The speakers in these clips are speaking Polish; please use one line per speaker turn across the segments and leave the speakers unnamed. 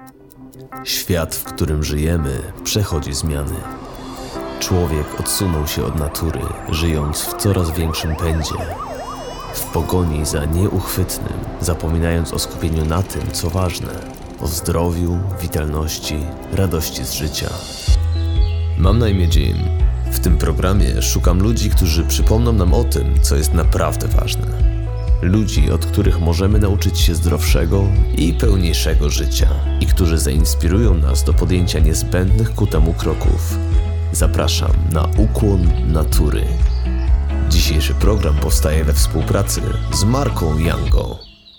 Świat, w którym żyjemy, przechodzi zmiany. Człowiek odsunął się od natury, żyjąc w coraz większym pędzie. W pogoni za nieuchwytnym, zapominając o skupieniu na tym, co ważne, o zdrowiu, witalności, radości z życia. Mam na imię Jim. W tym programie szukam ludzi, którzy przypomną nam o tym, co jest naprawdę ważne. Ludzi, od których możemy nauczyć się zdrowszego i pełniejszego życia i którzy zainspirują nas do podjęcia niezbędnych ku temu kroków. Zapraszam na Ukłon Natury. Dzisiejszy program powstaje we współpracy z marką Yango.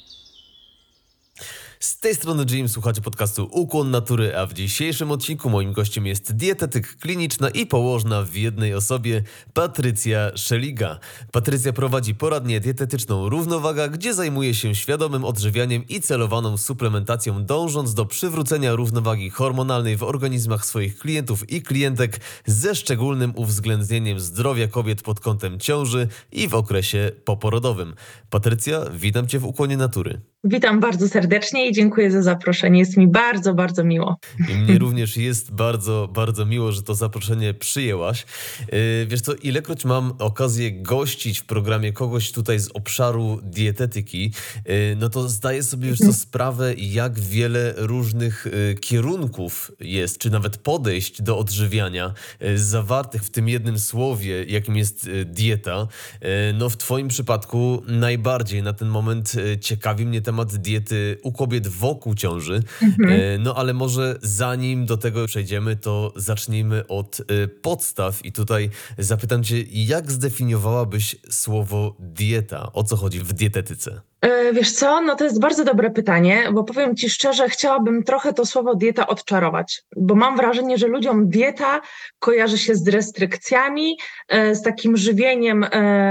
Z tej strony Jim, słuchacie podcastu Ukłon Natury, a w dzisiejszym odcinku moim gościem jest dietetyk kliniczna i położna w jednej osobie Patrycja Szeliga. Patrycja prowadzi poradnię dietetyczną Równowaga, gdzie zajmuje się świadomym odżywianiem i celowaną suplementacją, dążąc do przywrócenia równowagi hormonalnej w organizmach swoich klientów i klientek ze szczególnym uwzględnieniem zdrowia kobiet pod kątem ciąży i w okresie poporodowym. Patrycja, witam Cię w Ukłonie Natury.
Witam bardzo serdecznie i dziękuję za zaproszenie. Jest mi bardzo, bardzo miło.
I mnie również jest bardzo, bardzo miło, że to zaproszenie przyjęłaś. Wiesz co, ilekroć mam okazję gościć w programie kogoś tutaj z obszaru dietetyki, no to zdaję sobie już sprawę, jak wiele różnych kierunków jest, czy nawet podejść do odżywiania zawartych w tym jednym słowie, jakim jest dieta. No w Twoim przypadku najbardziej na ten moment ciekawi mnie temat diety u kobiet wokół ciąży. No ale może zanim do tego przejdziemy, to zacznijmy od podstaw i tutaj zapytam Cię, jak zdefiniowałabyś słowo dieta? O co chodzi w dietetyce?
Wiesz co, no to jest bardzo dobre pytanie, bo powiem Ci szczerze, chciałabym trochę to słowo dieta odczarować, bo mam wrażenie, że ludziom dieta kojarzy się z restrykcjami, z takim żywieniem,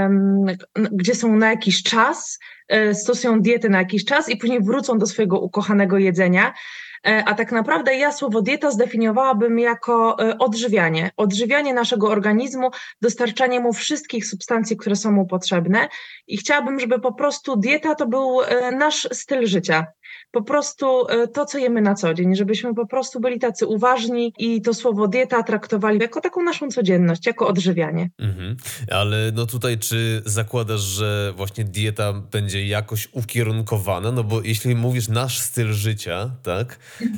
gdzie są na jakiś czas, stosują dietę na jakiś czas i później wrócą do swojego ukochanego jedzenia. A tak naprawdę ja słowo dieta zdefiniowałabym jako odżywianie. Odżywianie naszego organizmu, dostarczanie mu wszystkich substancji, które są mu potrzebne. I chciałabym, żeby po prostu dieta to był nasz styl życia. Po prostu to, co jemy na co dzień, żebyśmy po prostu byli tacy uważni i to słowo dieta traktowali jako taką naszą codzienność, jako odżywianie.
Ale no tutaj czy zakładasz, że właśnie dieta będzie jakoś ukierunkowana? No bo jeśli mówisz nasz styl życia, tak?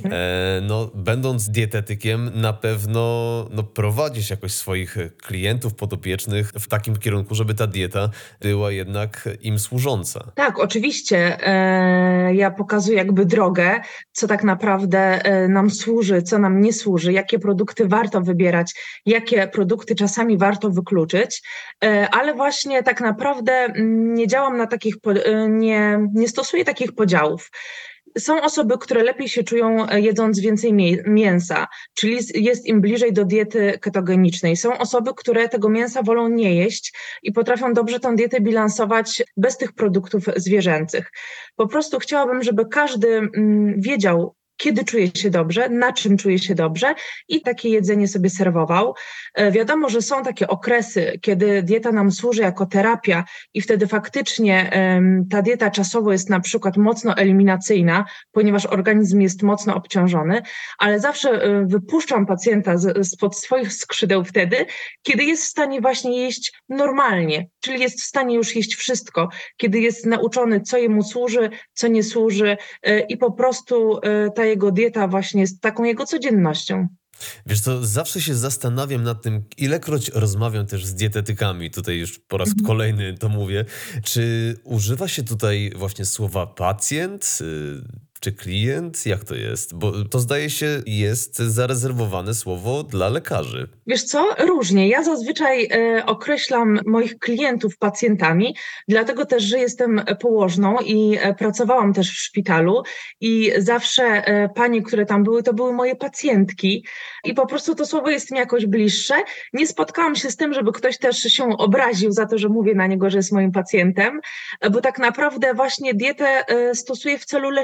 No będąc dietetykiem na pewno prowadzisz jakoś swoich klientów, podopiecznych w takim kierunku, żeby ta dieta była jednak im służąca.
Tak, oczywiście. Ja pokazuję jakby drogę, co tak naprawdę nam służy, co nam nie służy, jakie produkty warto wybierać, jakie produkty czasami warto wykluczyć, ale właśnie tak naprawdę nie działam na takich, nie stosuję takich podziałów. Są osoby, które lepiej się czują jedząc więcej mięsa, czyli jest im bliżej do diety ketogenicznej. Są osoby, które tego mięsa wolą nie jeść i potrafią dobrze tę dietę bilansować bez tych produktów zwierzęcych. Po prostu chciałabym, żeby każdy wiedział, kiedy czuje się dobrze, na czym czuje się dobrze i takie jedzenie sobie serwował. Wiadomo, że są takie okresy, kiedy dieta nam służy jako terapia i wtedy faktycznie ta dieta czasowo jest na przykład mocno eliminacyjna, ponieważ organizm jest mocno obciążony, ale zawsze wypuszczam pacjenta spod swoich skrzydeł wtedy, kiedy jest w stanie właśnie jeść normalnie, czyli jest w stanie już jeść wszystko, kiedy jest nauczony, co jemu służy, co nie służy i po prostu ta jego dieta właśnie jest taką jego codziennością.
Wiesz co, zawsze się zastanawiam nad tym, ilekroć rozmawiam też z dietetykami, tutaj już po raz kolejny to mówię, czy używa się tutaj właśnie słowa pacjent, czy klient? Jak to jest? Bo to zdaje się jest zarezerwowane słowo dla lekarzy.
Wiesz co? Różnie. Ja zazwyczaj określam moich klientów pacjentami, dlatego też, że jestem położną i pracowałam też w szpitalu i zawsze panie, które tam były, to były moje pacjentki i po prostu to słowo jest mi jakoś bliższe. Nie spotkałam się z tym, żeby ktoś też się obraził za to, że mówię na niego, że jest moim pacjentem, bo tak naprawdę właśnie dietę stosuję w celu leczenia trochę.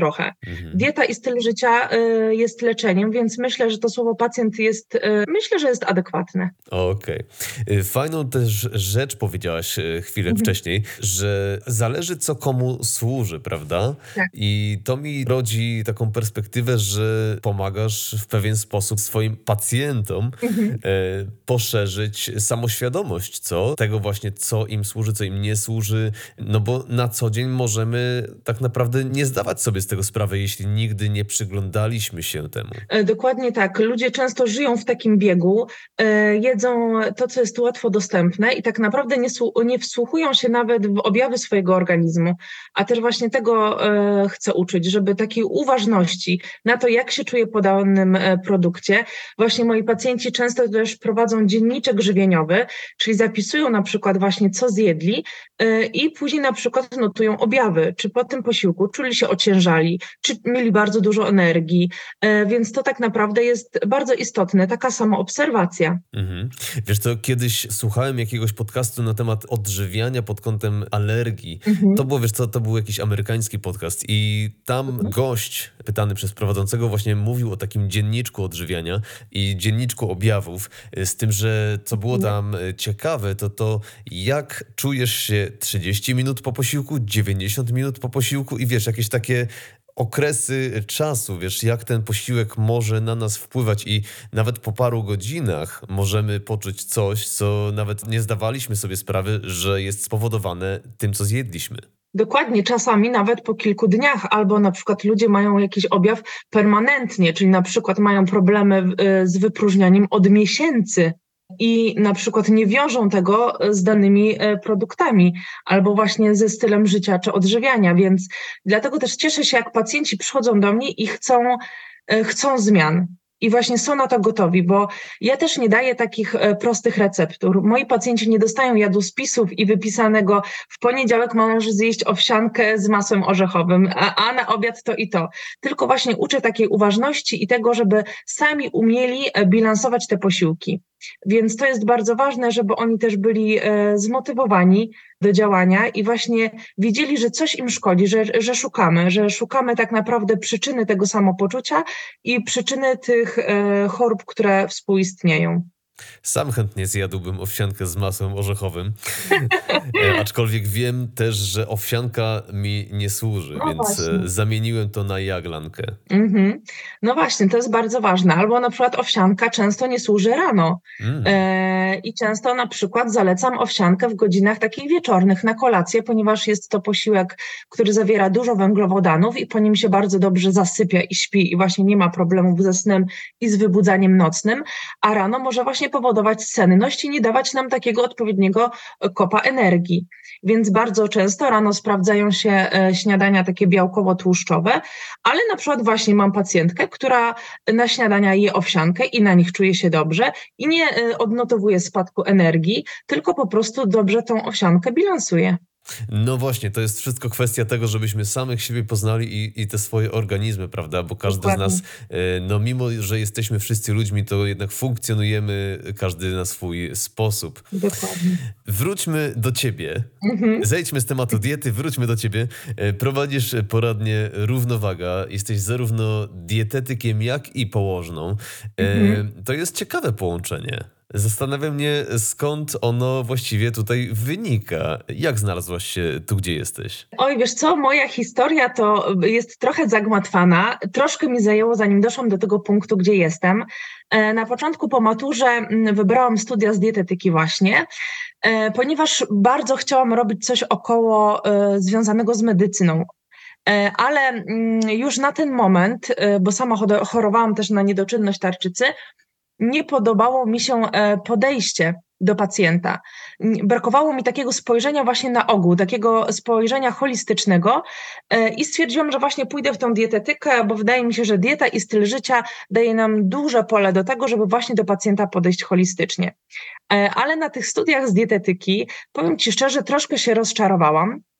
trochę.
Mhm.
Dieta i styl życia jest leczeniem, więc myślę, że to słowo pacjent jest, myślę, że jest adekwatne.
Okej. Fajną też rzecz powiedziałaś chwilę
Mhm.
wcześniej, że zależy co komu służy, prawda?
Tak.
I to mi rodzi taką perspektywę, że pomagasz w pewien sposób swoim pacjentom
Mhm.
poszerzyć samoświadomość, co? Tego właśnie, co im służy, co im nie służy. No bo na co dzień możemy tak naprawdę nie zdawać sobie z tego sprawy, jeśli nigdy nie przyglądaliśmy się temu.
Dokładnie tak. Ludzie często żyją w takim biegu, jedzą to, co jest łatwo dostępne i tak naprawdę nie wsłuchują się nawet w objawy swojego organizmu. A też właśnie tego chcę uczyć, żeby takiej uważności na to, jak się czuje po danym produkcie. Właśnie moi pacjenci często też prowadzą dzienniczek żywieniowy, czyli zapisują na przykład właśnie, co zjedli i później na przykład notują objawy, czy po tym posiłku czuli się ociężali, czy mieli bardzo dużo energii, więc to tak naprawdę jest bardzo istotne, taka samoobserwacja.
Mhm. Wiesz co, kiedyś słuchałem jakiegoś podcastu na temat odżywiania pod kątem alergii. To
Mhm.
było, wiesz co, to był jakiś amerykański podcast i tam gość pytany przez prowadzącego właśnie mówił o takim dzienniczku odżywiania i dzienniczku objawów, z tym, że co było tam ciekawe, to jak czujesz się 30 minut po posiłku, 90 minut po posiłku i wiesz, jakieś takie okresy czasu, wiesz, jak ten posiłek może na nas wpływać i nawet po paru godzinach możemy poczuć coś, co nawet nie zdawaliśmy sobie sprawy, że jest spowodowane tym, co zjedliśmy.
Dokładnie, czasami nawet po kilku dniach, albo na przykład ludzie mają jakiś objaw permanentnie, czyli na przykład mają problemy z wypróżnianiem od miesięcy i na przykład nie wiążą tego z danymi produktami, albo właśnie ze stylem życia czy odżywiania, więc dlatego też cieszę się, jak pacjenci przychodzą do mnie i chcą zmian. I właśnie są na to gotowi, bo ja też nie daję takich prostych receptur. Moi pacjenci nie dostają jadłospisów i wypisanego w poniedziałek możesz zjeść owsiankę z masłem orzechowym, a na obiad to i to. Tylko właśnie uczę takiej uważności i tego, żeby sami umieli bilansować te posiłki. Więc to jest bardzo ważne, żeby oni też byli zmotywowani do działania i właśnie wiedzieli, że coś im szkodzi, że szukamy tak naprawdę przyczyny tego samopoczucia i przyczyny tych chorób, które współistnieją.
Sam chętnie zjadłbym owsiankę z masłem orzechowym, aczkolwiek wiem też, że owsianka mi nie służy,
No
więc
właśnie.
zamieniłem to na jaglankę.
Mhm. No właśnie, to jest bardzo ważne. Albo na przykład owsianka często nie służy rano.
Mm.
I często na przykład zalecam owsiankę w godzinach takich wieczornych na kolację, ponieważ jest to posiłek, który zawiera dużo węglowodanów i po nim się bardzo dobrze zasypia i śpi i właśnie nie ma problemów ze snem i z wybudzaniem nocnym, a rano może właśnie powodować senność i nie dawać nam takiego odpowiedniego kopa energii. Więc bardzo często rano sprawdzają się śniadania takie białkowo-tłuszczowe, ale na przykład właśnie mam pacjentkę, która na śniadania je owsiankę i na nich czuje się dobrze i nie odnotowuje spadku energii, tylko po prostu dobrze tą owsiankę bilansuje.
No właśnie, to jest wszystko kwestia tego, żebyśmy samych siebie poznali i te swoje organizmy, prawda? Bo każdy z
Dokładnie.
nas, no mimo, że jesteśmy wszyscy ludźmi, to jednak funkcjonujemy każdy na swój sposób.
Dokładnie.
Wróćmy do ciebie.
Mhm.
Zejdźmy z tematu diety, wróćmy do ciebie. Prowadzisz poradnię Równowaga. Jesteś zarówno dietetykiem, jak i położną.
Mhm.
To jest ciekawe połączenie. Zastanawia mnie, skąd ono właściwie tutaj wynika. Jak znalazłaś się tu, gdzie jesteś?
Oj, wiesz co, moja historia to jest trochę zagmatwana. Troszkę mi zajęło, zanim doszłam do tego punktu, gdzie jestem. Na początku po maturze wybrałam studia z dietetyki właśnie, ponieważ bardzo chciałam robić coś około związanego z medycyną. Ale już na ten moment, bo sama chorowałam też na niedoczynność tarczycy, nie podobało mi się podejście do pacjenta. Brakowało mi takiego spojrzenia właśnie na ogół, takiego spojrzenia holistycznego i stwierdziłam, że właśnie pójdę w tą dietetykę, bo wydaje mi się, że dieta i styl życia daje nam duże pole do tego, żeby właśnie do pacjenta podejść holistycznie. Ale na tych studiach z dietetyki, powiem Ci szczerze, troszkę się rozczarowałam.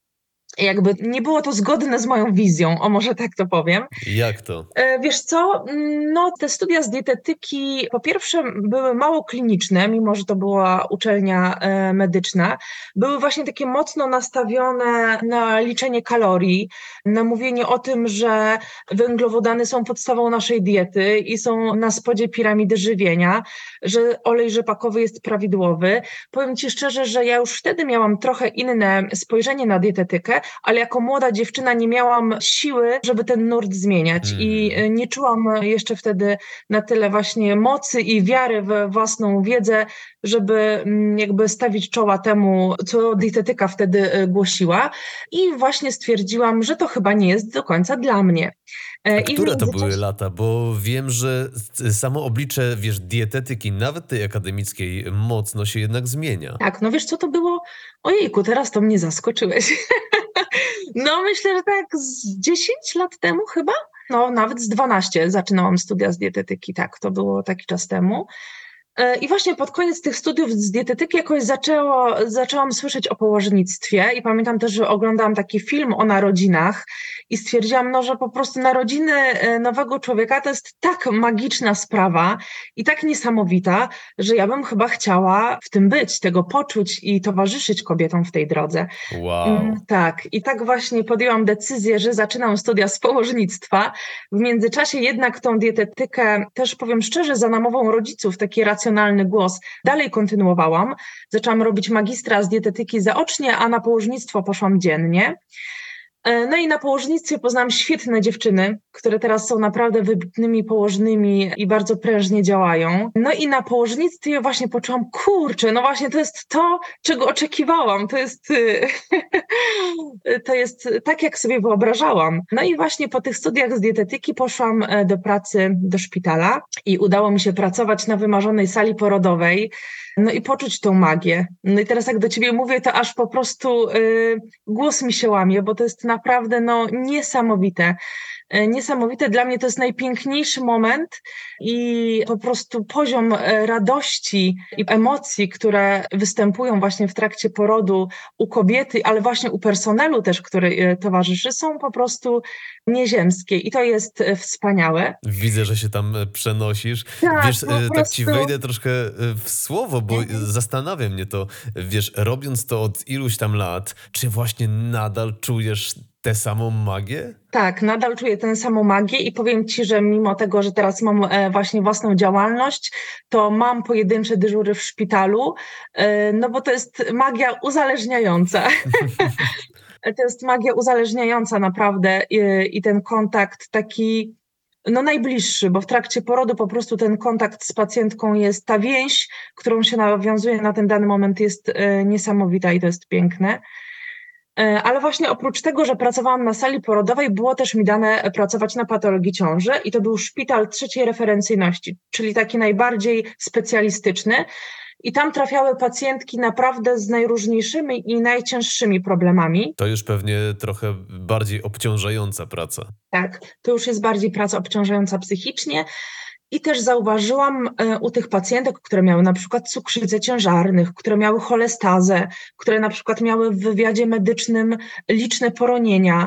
jakby nie było to zgodne z moją wizją, o może tak to powiem.
Jak to?
Wiesz co, no te studia z dietetyki po pierwsze były mało kliniczne, mimo że to była uczelnia medyczna. Były właśnie takie mocno nastawione na liczenie kalorii, na mówienie o tym, że węglowodany są podstawą naszej diety i są na spodzie piramidy żywienia, że olej rzepakowy jest prawidłowy. Powiem Ci szczerze, że ja już wtedy miałam trochę inne spojrzenie na dietetykę, ale jako młoda dziewczyna nie miałam siły, żeby ten nurt zmieniać i nie czułam jeszcze wtedy na tyle właśnie mocy i wiary we własną wiedzę, żeby jakby stawić czoła temu, co dietetyka wtedy głosiła i właśnie stwierdziłam, że to chyba nie jest do końca dla mnie.
A
I w
które to
międzyczasie-
były lata? Bo wiem, że samo oblicze, wiesz, dietetyki, nawet tej akademickiej, mocno się jednak zmienia.
Tak, no wiesz co to było? Ojejku, teraz to mnie zaskoczyłeś. No myślę, że tak z 10 lat temu chyba, no nawet z 12 zaczynałam studia z dietetyki, tak, to było taki czas temu. I właśnie pod koniec tych studiów z dietetyki jakoś zaczęłam słyszeć o położnictwie i pamiętam też, że oglądałam taki film o narodzinach i stwierdziłam, no, że po prostu narodziny nowego człowieka to jest tak magiczna sprawa i tak niesamowita, że ja bym chyba chciała w tym być, tego poczuć i towarzyszyć kobietom w tej drodze.
Wow.
Tak, i tak właśnie podjęłam decyzję, że zaczynam studia z położnictwa. W międzyczasie jednak tą dietetykę, też powiem szczerze, za namową rodziców, taki racjonalny głos, dalej kontynuowałam. Zaczęłam robić magistra z dietetyki zaocznie, a na położnictwo poszłam dziennie. No i na położnictwie poznałam świetne dziewczyny, które teraz są naprawdę wybitnymi położnymi i bardzo prężnie działają. No i na położnictwie właśnie poczułam, kurczę, no właśnie to jest to, czego oczekiwałam. To jest tak, jak sobie wyobrażałam. No i właśnie po tych studiach z dietetyki poszłam do pracy do szpitala i udało mi się pracować na wymarzonej sali porodowej. No i poczuć tą magię. No i teraz jak do ciebie mówię, to aż po prostu głos mi się łamie, bo to jest naprawdę niesamowite. Niesamowite. Dla mnie to jest najpiękniejszy moment i po prostu poziom radości i emocji, które występują właśnie w trakcie porodu u kobiety, ale właśnie u personelu też, który towarzyszy, są po prostu nieziemskie i to jest wspaniałe.
Widzę, że się tam przenosisz.
Tak,
Wiesz,
po
tak ci
prostu.
wejdę troszkę w słowo, bo zastanawia mnie to, wiesz, robiąc to od iluś tam lat, czy właśnie nadal czujesz tę samą magię?
Tak, nadal czuję tę samą magię i powiem Ci, że mimo tego, że teraz mam właśnie własną działalność, to mam pojedyncze dyżury w szpitalu, no bo to jest magia uzależniająca. To jest magia uzależniająca naprawdę i ten kontakt taki najbliższy, bo w trakcie porodu po prostu ten kontakt z pacjentką jest, ta więź, którą się nawiązuje na ten dany moment jest niesamowita i to jest piękne. Ale właśnie oprócz tego, że pracowałam na sali porodowej, było też mi dane pracować na patologii ciąży i to był szpital trzeciej referencyjności, czyli taki najbardziej specjalistyczny. I tam trafiały pacjentki naprawdę z najróżniejszymi i najcięższymi problemami.
To już pewnie trochę bardziej obciążająca praca.
Tak, to już jest bardziej praca obciążająca psychicznie. I też zauważyłam u tych pacjentek, które miały na przykład cukrzycę ciężarnych, które miały cholestazę, które na przykład miały w wywiadzie medycznym liczne poronienia,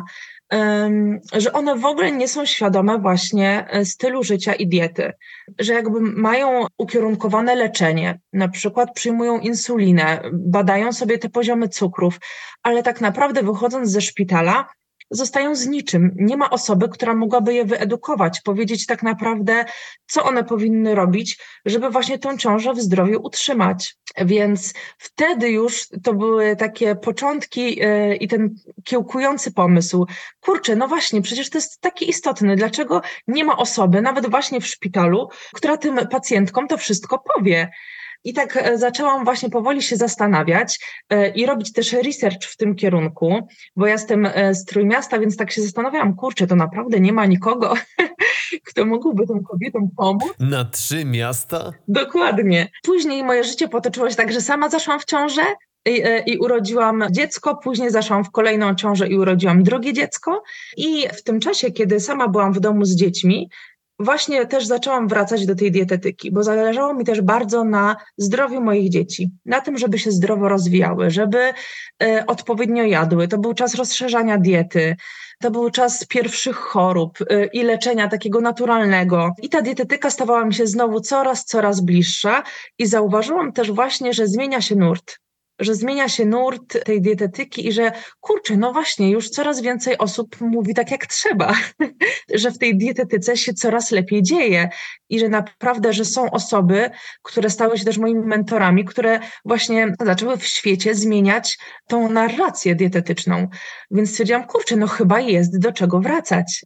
że one w ogóle nie są świadome właśnie stylu życia i diety, że jakby mają ukierunkowane leczenie, na przykład przyjmują insulinę, badają sobie te poziomy cukrów, ale tak naprawdę wychodząc ze szpitala zostają z niczym. Nie ma osoby, która mogłaby je wyedukować, powiedzieć tak naprawdę, co one powinny robić, żeby właśnie tą ciążę w zdrowiu utrzymać. Więc wtedy już to były takie początki i ten kiełkujący pomysł. Kurczę, no właśnie, przecież to jest takie istotne. Dlaczego nie ma osoby, nawet właśnie w szpitalu, która tym pacjentkom to wszystko powie? I tak zaczęłam właśnie powoli się zastanawiać i robić też research w tym kierunku, bo ja jestem z Trójmiasta, więc tak się zastanawiałam, kurczę, to naprawdę nie ma nikogo, kto mógłby tym kobietom pomóc.
Na 3 miasta?
Dokładnie. Później moje życie potoczyło się tak, że sama zaszłam w ciążę i urodziłam dziecko, później zaszłam w kolejną ciążę i urodziłam drugie dziecko i w tym czasie, kiedy sama byłam w domu z dziećmi, właśnie też zaczęłam wracać do tej dietetyki, bo zależało mi też bardzo na zdrowiu moich dzieci, na tym, żeby się zdrowo rozwijały, żeby odpowiednio jadły. To był czas rozszerzania diety, to był czas pierwszych chorób i leczenia takiego naturalnego. I ta dietetyka stawała mi się znowu coraz bliższa i zauważyłam też właśnie, że zmienia się nurt tej dietetyki i że kurczę, no właśnie, już coraz więcej osób mówi tak jak trzeba, że w tej dietetyce się coraz lepiej dzieje i że naprawdę, że są osoby, które stały się też moimi mentorami, które właśnie zaczęły w świecie zmieniać tą narrację dietetyczną. Więc stwierdziłam, kurczę, no chyba jest do czego wracać.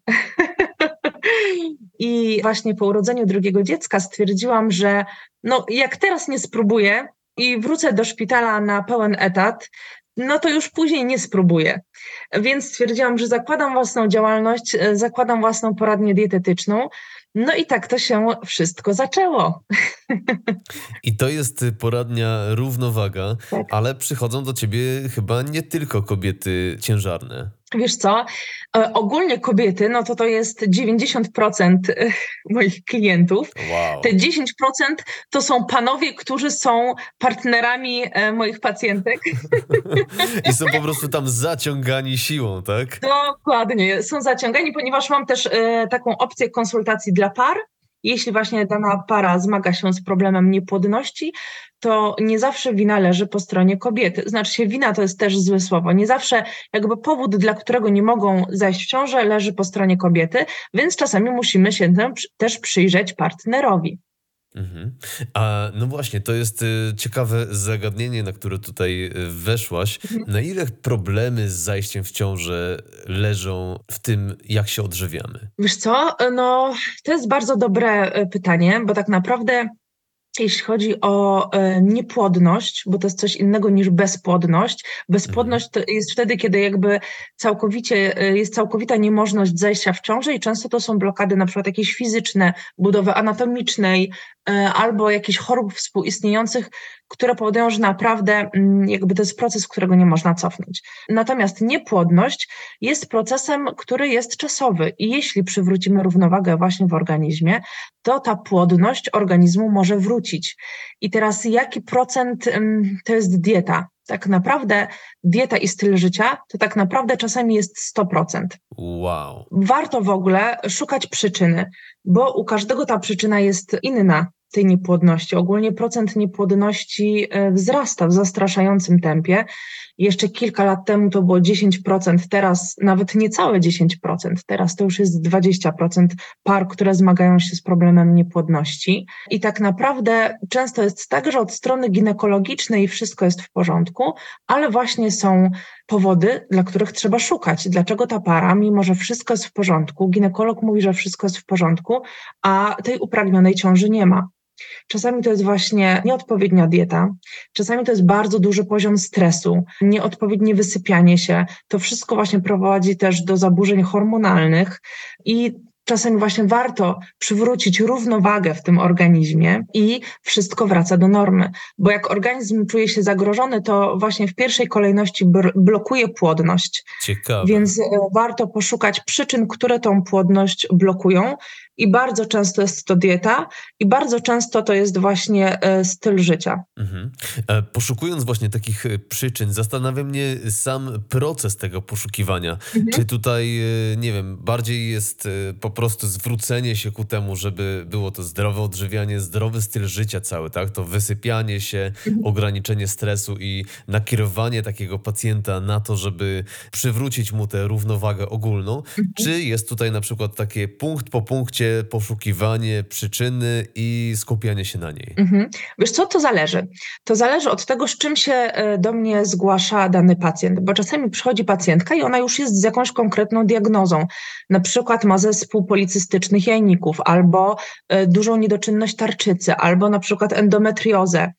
I właśnie po urodzeniu drugiego dziecka stwierdziłam, że no jak teraz nie spróbuję i wrócę do szpitala na pełen etat, no to już później nie spróbuję. Więc stwierdziłam, że zakładam własną działalność, zakładam własną poradnię dietetyczną. No i tak to się wszystko zaczęło.
I to jest poradnia Równowaga,
Tak.
ale przychodzą do ciebie chyba nie tylko kobiety ciężarne.
Wiesz co, ogólnie kobiety, no to jest 90% moich klientów.
Wow.
Te 10% to są panowie, którzy są partnerami moich pacjentek.
I są po prostu tam zaciągani siłą, tak?
Dokładnie, są zaciągani, ponieważ mam też taką opcję konsultacji dla par. Jeśli właśnie dana para zmaga się z problemem niepłodności, to nie zawsze wina leży po stronie kobiety. Znaczy się wina to jest też złe słowo. Nie zawsze jakby powód, dla którego nie mogą zajść w ciążę, leży po stronie kobiety, więc czasami musimy się też przyjrzeć partnerowi.
Mhm. A no właśnie, to jest ciekawe zagadnienie, na które tutaj weszłaś. Na ile problemy z zajściem w ciążę leżą w tym, jak się odżywiamy?
Wiesz co, no to jest bardzo dobre pytanie, bo tak naprawdę jeśli chodzi o niepłodność, bo to jest coś innego niż bezpłodność. Bezpłodność to jest wtedy, kiedy jakby jest całkowita niemożność zajścia w ciążę i często to są blokady na przykład jakieś fizyczne, budowy anatomicznej albo jakichś chorób współistniejących, które powodują, że naprawdę jakby to jest proces, którego nie można cofnąć. Natomiast niepłodność jest procesem, który jest czasowy i jeśli przywrócimy równowagę właśnie w organizmie, to ta płodność organizmu może wrócić. I teraz jaki procent to jest dieta? Tak naprawdę dieta i styl życia to tak naprawdę czasami jest 100%.
Wow.
Warto w ogóle szukać przyczyny, bo u każdego ta przyczyna jest inna tej niepłodności. Ogólnie procent niepłodności wzrasta w zastraszającym tempie. Jeszcze kilka lat temu to było 10%, teraz nawet niecałe 10%, teraz to już jest 20% par, które zmagają się z problemem niepłodności. I tak naprawdę często jest tak, że od strony ginekologicznej wszystko jest w porządku, ale właśnie są powody, dla których trzeba szukać. Dlaczego ta para, mimo że wszystko jest w porządku, ginekolog mówi, że wszystko jest w porządku, a tej upragnionej ciąży nie ma. Czasami to jest właśnie nieodpowiednia dieta, czasami to jest bardzo duży poziom stresu, nieodpowiednie wysypianie się. To wszystko właśnie prowadzi też do zaburzeń hormonalnych i czasami właśnie warto przywrócić równowagę w tym organizmie i wszystko wraca do normy. Bo jak organizm czuje się zagrożony, to właśnie w pierwszej kolejności blokuje płodność.
Ciekawe.
Więc warto poszukać przyczyn, które tą płodność blokują. I bardzo często jest to dieta i bardzo często to jest właśnie styl życia.
Mhm. Poszukując właśnie takich przyczyn, zastanawia mnie sam proces tego poszukiwania. Czy tutaj, nie wiem, bardziej jest po prostu zwrócenie się ku temu, żeby było to zdrowe odżywianie, zdrowy styl życia cały, tak? To wysypianie się, ograniczenie stresu i nakierowanie takiego pacjenta na to, żeby przywrócić mu tę równowagę ogólną. Czy jest tutaj na przykład takie punkt po punkcie poszukiwanie przyczyny i skupianie się na niej?
Wiesz co, to zależy. To zależy od tego, z czym się do mnie zgłasza dany pacjent, bo czasami przychodzi pacjentka i ona już jest z jakąś konkretną diagnozą. Na przykład ma zespół policystycznych jajników, albo dużą niedoczynność tarczycy, albo na przykład endometriozę.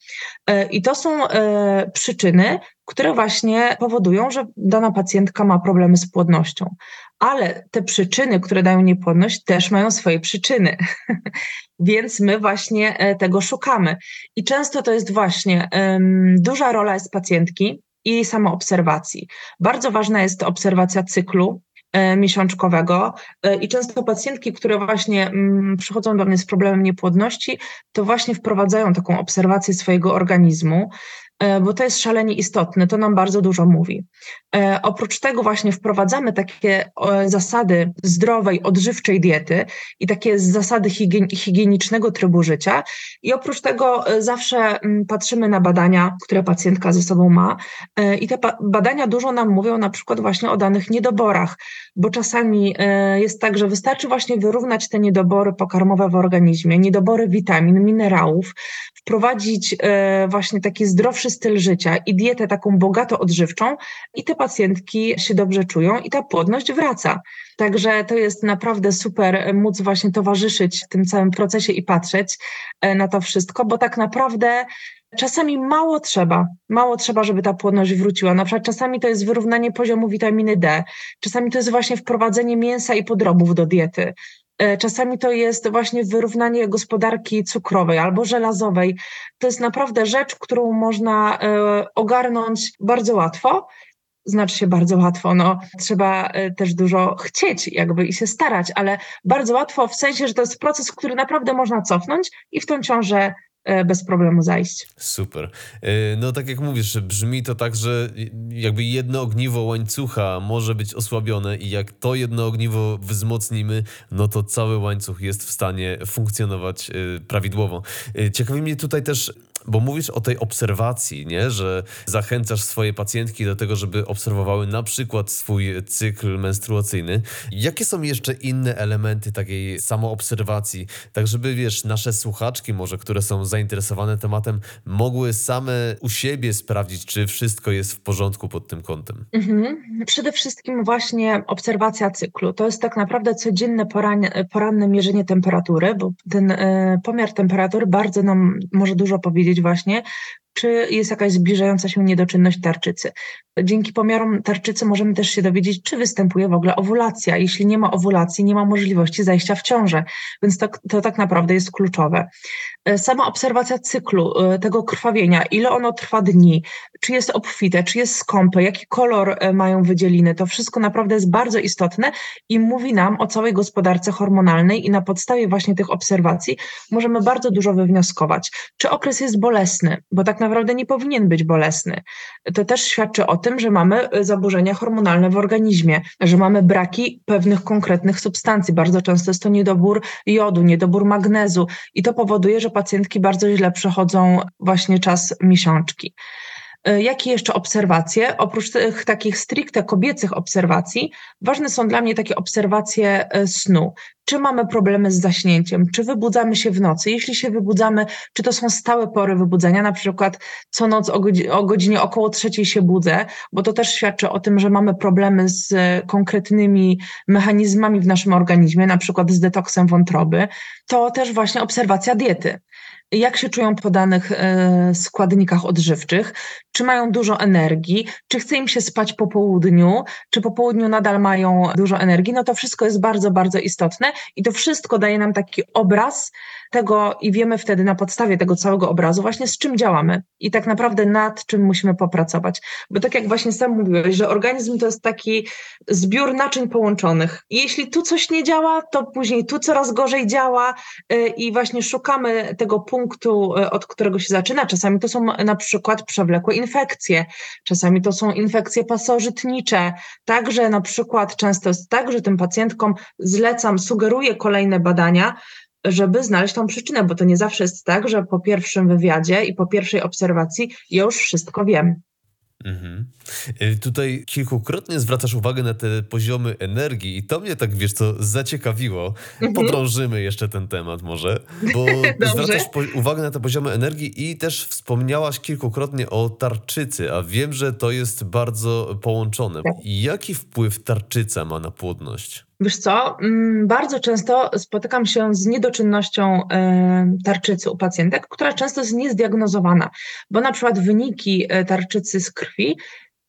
I to są przyczyny, które właśnie powodują, że dana pacjentka ma problemy z płodnością. Ale te przyczyny, które dają niepłodność, też mają swoje przyczyny. Więc my właśnie tego szukamy. I często to jest właśnie duża rola jest pacjentki i samoobserwacji. Bardzo ważna jest obserwacja cyklu miesiączkowego. I często pacjentki, które właśnie przychodzą do mnie z problemem niepłodności, to właśnie wprowadzają taką obserwację swojego organizmu, bo to jest szalenie istotne, to nam bardzo dużo mówi. Oprócz tego właśnie wprowadzamy takie zasady zdrowej, odżywczej diety i takie zasady higienicznego trybu życia. I oprócz tego zawsze patrzymy na badania, które pacjentka ze sobą ma. I te badania dużo nam mówią na przykład właśnie o danych niedoborach, bo czasami jest tak, że wystarczy właśnie wyrównać te niedobory pokarmowe w organizmie, niedobory witamin, minerałów, wprowadzić właśnie taki zdrowszy styl życia i dietę taką bogato odżywczą i te pacjentki się dobrze czują i ta płodność wraca. Także to jest naprawdę super móc właśnie towarzyszyć w tym całym procesie i patrzeć na to wszystko, bo tak naprawdę czasami mało trzeba, żeby ta płodność wróciła. Na przykład czasami to jest wyrównanie poziomu witaminy D, czasami to jest właśnie wprowadzenie mięsa i podrobów do diety. Czasami to jest właśnie wyrównanie gospodarki cukrowej albo żelazowej. To jest naprawdę rzecz, którą można ogarnąć bardzo łatwo. Znaczy się bardzo łatwo, trzeba też dużo chcieć jakby i się starać, ale bardzo łatwo w sensie, że to jest proces, który naprawdę można cofnąć i w tą ciążę bez problemu zajść.
Super. No tak jak mówisz, że brzmi to tak, że jakby jedno ogniwo łańcucha może być osłabione i jak to jedno ogniwo wzmocnimy, no to cały łańcuch jest w stanie funkcjonować prawidłowo. Ciekawi mnie tutaj też, bo mówisz o tej obserwacji, nie? Że zachęcasz swoje pacjentki do tego, żeby obserwowały na przykład swój cykl menstruacyjny. Jakie są jeszcze inne elementy takiej samoobserwacji, tak żeby, wiesz, nasze słuchaczki może, które są zainteresowane tematem, mogły same u siebie sprawdzić, czy wszystko jest w porządku pod tym kątem?
Przede wszystkim właśnie obserwacja cyklu. To jest tak naprawdę codzienne poranne mierzenie temperatury, bo ten pomiar temperatury bardzo nam może dużo powiedzieć właśnie, czy jest jakaś zbliżająca się niedoczynność tarczycy. Dzięki pomiarom tarczycy możemy też się dowiedzieć, czy występuje w ogóle owulacja. Jeśli nie ma owulacji, nie ma możliwości zajścia w ciążę, więc to tak naprawdę jest kluczowe. Sama obserwacja cyklu, tego krwawienia, ile ono trwa dni, czy jest obfite, czy jest skąpe, jaki kolor mają wydzieliny, to wszystko naprawdę jest bardzo istotne i mówi nam o całej gospodarce hormonalnej i na podstawie właśnie tych obserwacji możemy bardzo dużo wywnioskować. Czy okres jest bolesny, bo tak naprawdę nie powinien być bolesny. To też świadczy o tym, że mamy zaburzenia hormonalne w organizmie, że mamy braki pewnych konkretnych substancji. Bardzo często jest to niedobór jodu, niedobór magnezu i to powoduje, że pacjentki bardzo źle przechodzą właśnie czas miesiączki. Jakie jeszcze obserwacje? Oprócz tych takich stricte kobiecych obserwacji, ważne są dla mnie takie obserwacje snu. Czy mamy problemy z zaśnięciem? Czy wybudzamy się w nocy? Jeśli się wybudzamy, czy to są stałe pory wybudzenia? Na przykład co noc o godzinie około 3 się budzę, bo to też świadczy o tym, że mamy problemy z konkretnymi mechanizmami w naszym organizmie, na przykład z detoksem wątroby. To też właśnie obserwacja diety. Jak się czują po danych składnikach odżywczych, czy mają dużo energii, czy chce im się spać po południu, czy po południu nadal mają dużo energii, to wszystko jest bardzo, bardzo istotne i to wszystko daje nam taki obraz tego i wiemy wtedy na podstawie tego całego obrazu właśnie z czym działamy i tak naprawdę nad czym musimy popracować. Bo tak jak właśnie sam mówiłeś, że organizm to jest taki zbiór naczyń połączonych. I jeśli tu coś nie działa, to później tu coraz gorzej działa i właśnie szukamy tego punktu, od którego się zaczyna. Czasami to są na przykład przewlekłe infekcje, czasami to są infekcje pasożytnicze. Także na przykład często jest tak, że tym pacjentkom sugeruję kolejne badania, żeby znaleźć tą przyczynę, bo to nie zawsze jest tak, że po pierwszym wywiadzie i po pierwszej obserwacji ja już wszystko wiem.
Mhm. Tutaj kilkukrotnie zwracasz uwagę na te poziomy energii i to mnie tak, wiesz co, zaciekawiło. Podrążymy jeszcze ten temat może, bo zwracasz uwagę na te poziomy energii i też wspomniałaś kilkukrotnie o tarczycy, a wiem, że to jest bardzo połączone. Jaki wpływ tarczyca ma na płodność?
Wiesz co, bardzo często spotykam się z niedoczynnością tarczycy u pacjentek, która często jest niezdiagnozowana, bo na przykład wyniki tarczycy z krwi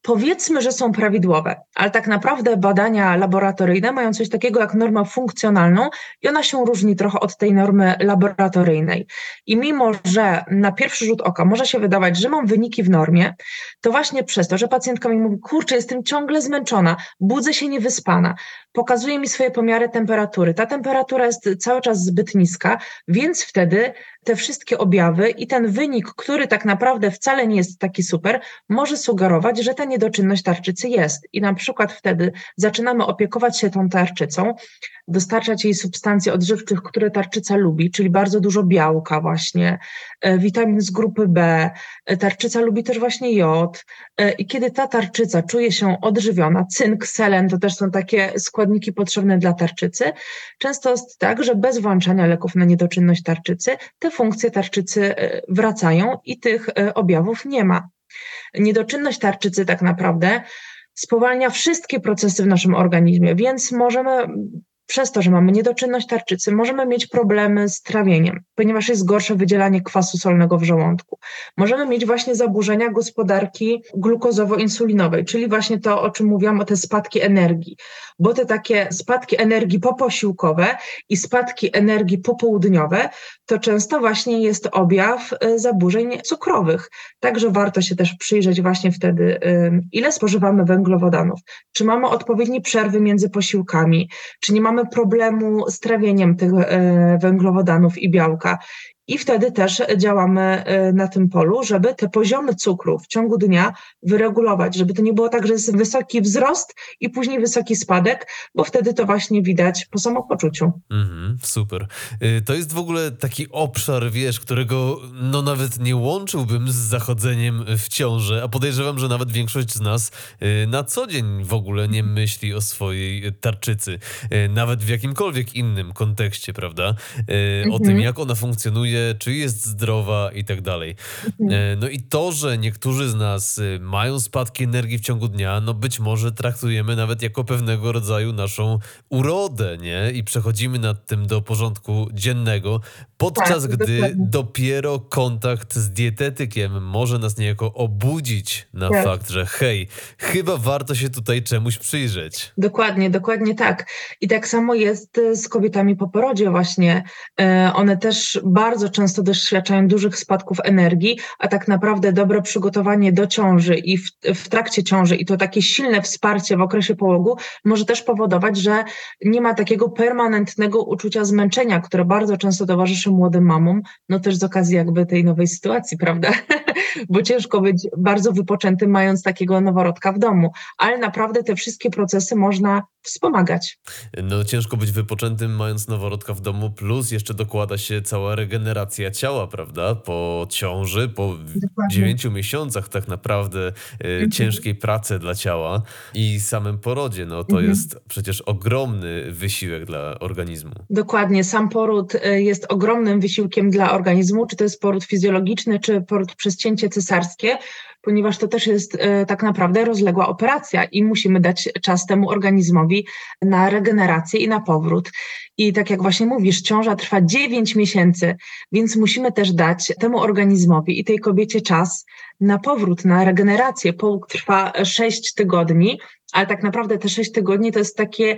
Powiedzmy, że są prawidłowe, ale tak naprawdę badania laboratoryjne mają coś takiego jak normę funkcjonalną i ona się różni trochę od tej normy laboratoryjnej. I mimo, że na pierwszy rzut oka może się wydawać, że mam wyniki w normie, to właśnie przez to, że pacjentka mi mówi, kurczę, jestem ciągle zmęczona, budzę się niewyspana, pokazuje mi swoje pomiary temperatury. Ta temperatura jest cały czas zbyt niska, więc wtedy te wszystkie objawy i ten wynik, który tak naprawdę wcale nie jest taki super, może sugerować, że ta niedoczynność tarczycy jest. I na przykład wtedy zaczynamy opiekować się tą tarczycą, dostarczać jej substancji odżywczych, które tarczyca lubi, czyli bardzo dużo białka właśnie, witamin z grupy B, tarczyca lubi też właśnie jod. I kiedy ta tarczyca czuje się odżywiona, cynk, selen to też są takie składniki potrzebne dla tarczycy, często jest tak, że bez włączania leków na niedoczynność tarczycy te funkcje tarczycy wracają i tych objawów nie ma. Niedoczynność tarczycy tak naprawdę spowalnia wszystkie procesy w naszym organizmie, więc możemy przez to, że mamy niedoczynność tarczycy, możemy mieć problemy z trawieniem, ponieważ jest gorsze wydzielanie kwasu solnego w żołądku. Możemy mieć właśnie zaburzenia gospodarki glukozowo-insulinowej, czyli właśnie to, o czym mówiłam, o te spadki energii, bo te takie spadki energii poposiłkowe i spadki energii popołudniowe to często właśnie jest objaw zaburzeń cukrowych. Także warto się też przyjrzeć właśnie wtedy, ile spożywamy węglowodanów, czy mamy odpowiednie przerwy między posiłkami, czy nie mamy problemu z trawieniem tych węglowodanów i białka. I wtedy też działamy na tym polu, żeby te poziomy cukru w ciągu dnia wyregulować, żeby to nie było tak, że jest wysoki wzrost i później wysoki spadek, bo wtedy to właśnie widać po samopoczuciu.
Super. To jest w ogóle taki obszar, wiesz, którego no nawet nie łączyłbym z zachodzeniem w ciążę, a podejrzewam, że nawet większość z nas na co dzień w ogóle nie myśli o swojej tarczycy, nawet w jakimkolwiek innym kontekście, prawda? O tym, jak ona funkcjonuje, czy jest zdrowa i tak dalej. No i to, że niektórzy z nas mają spadki energii w ciągu dnia, no być może traktujemy nawet jako pewnego rodzaju naszą urodę, nie? I przechodzimy nad tym do porządku dziennego, podczas
Tak,
gdy
dokładnie.
dopiero kontakt z dietetykiem może nas niejako obudzić na
Tak.
fakt, że hej, chyba warto się tutaj czemuś przyjrzeć.
Dokładnie, dokładnie tak. I tak samo jest z kobietami po porodzie właśnie. One też bardzo często doświadczają dużych spadków energii, a tak naprawdę dobre przygotowanie do ciąży i w trakcie ciąży i to takie silne wsparcie w okresie połogu może też powodować, że nie ma takiego permanentnego uczucia zmęczenia, które bardzo często towarzyszy młodym mamom, no też z okazji jakby tej nowej sytuacji, prawda? Bo ciężko być bardzo wypoczętym, mając takiego noworodka w domu, ale naprawdę te wszystkie procesy można wspomagać.
No ciężko być wypoczętym, mając noworodka w domu, plus jeszcze dokłada się cała regeneracja ciała, prawda? Po ciąży, po
Dokładnie.
9 miesiącach tak naprawdę ciężkiej pracy dla ciała i samym porodzie. No to jest przecież ogromny wysiłek dla organizmu.
Dokładnie. Sam poród jest ogromnym wysiłkiem dla organizmu, czy to jest poród fizjologiczny, czy poród przez cięcie cesarskie, ponieważ to też jest tak naprawdę rozległa operacja i musimy dać czas temu organizmowi na regenerację i na powrót. I tak jak właśnie mówisz, ciąża trwa 9 miesięcy, więc musimy też dać temu organizmowi i tej kobiecie czas na powrót, na regenerację. Połóg trwa 6 tygodni, ale tak naprawdę te 6 tygodni to jest takie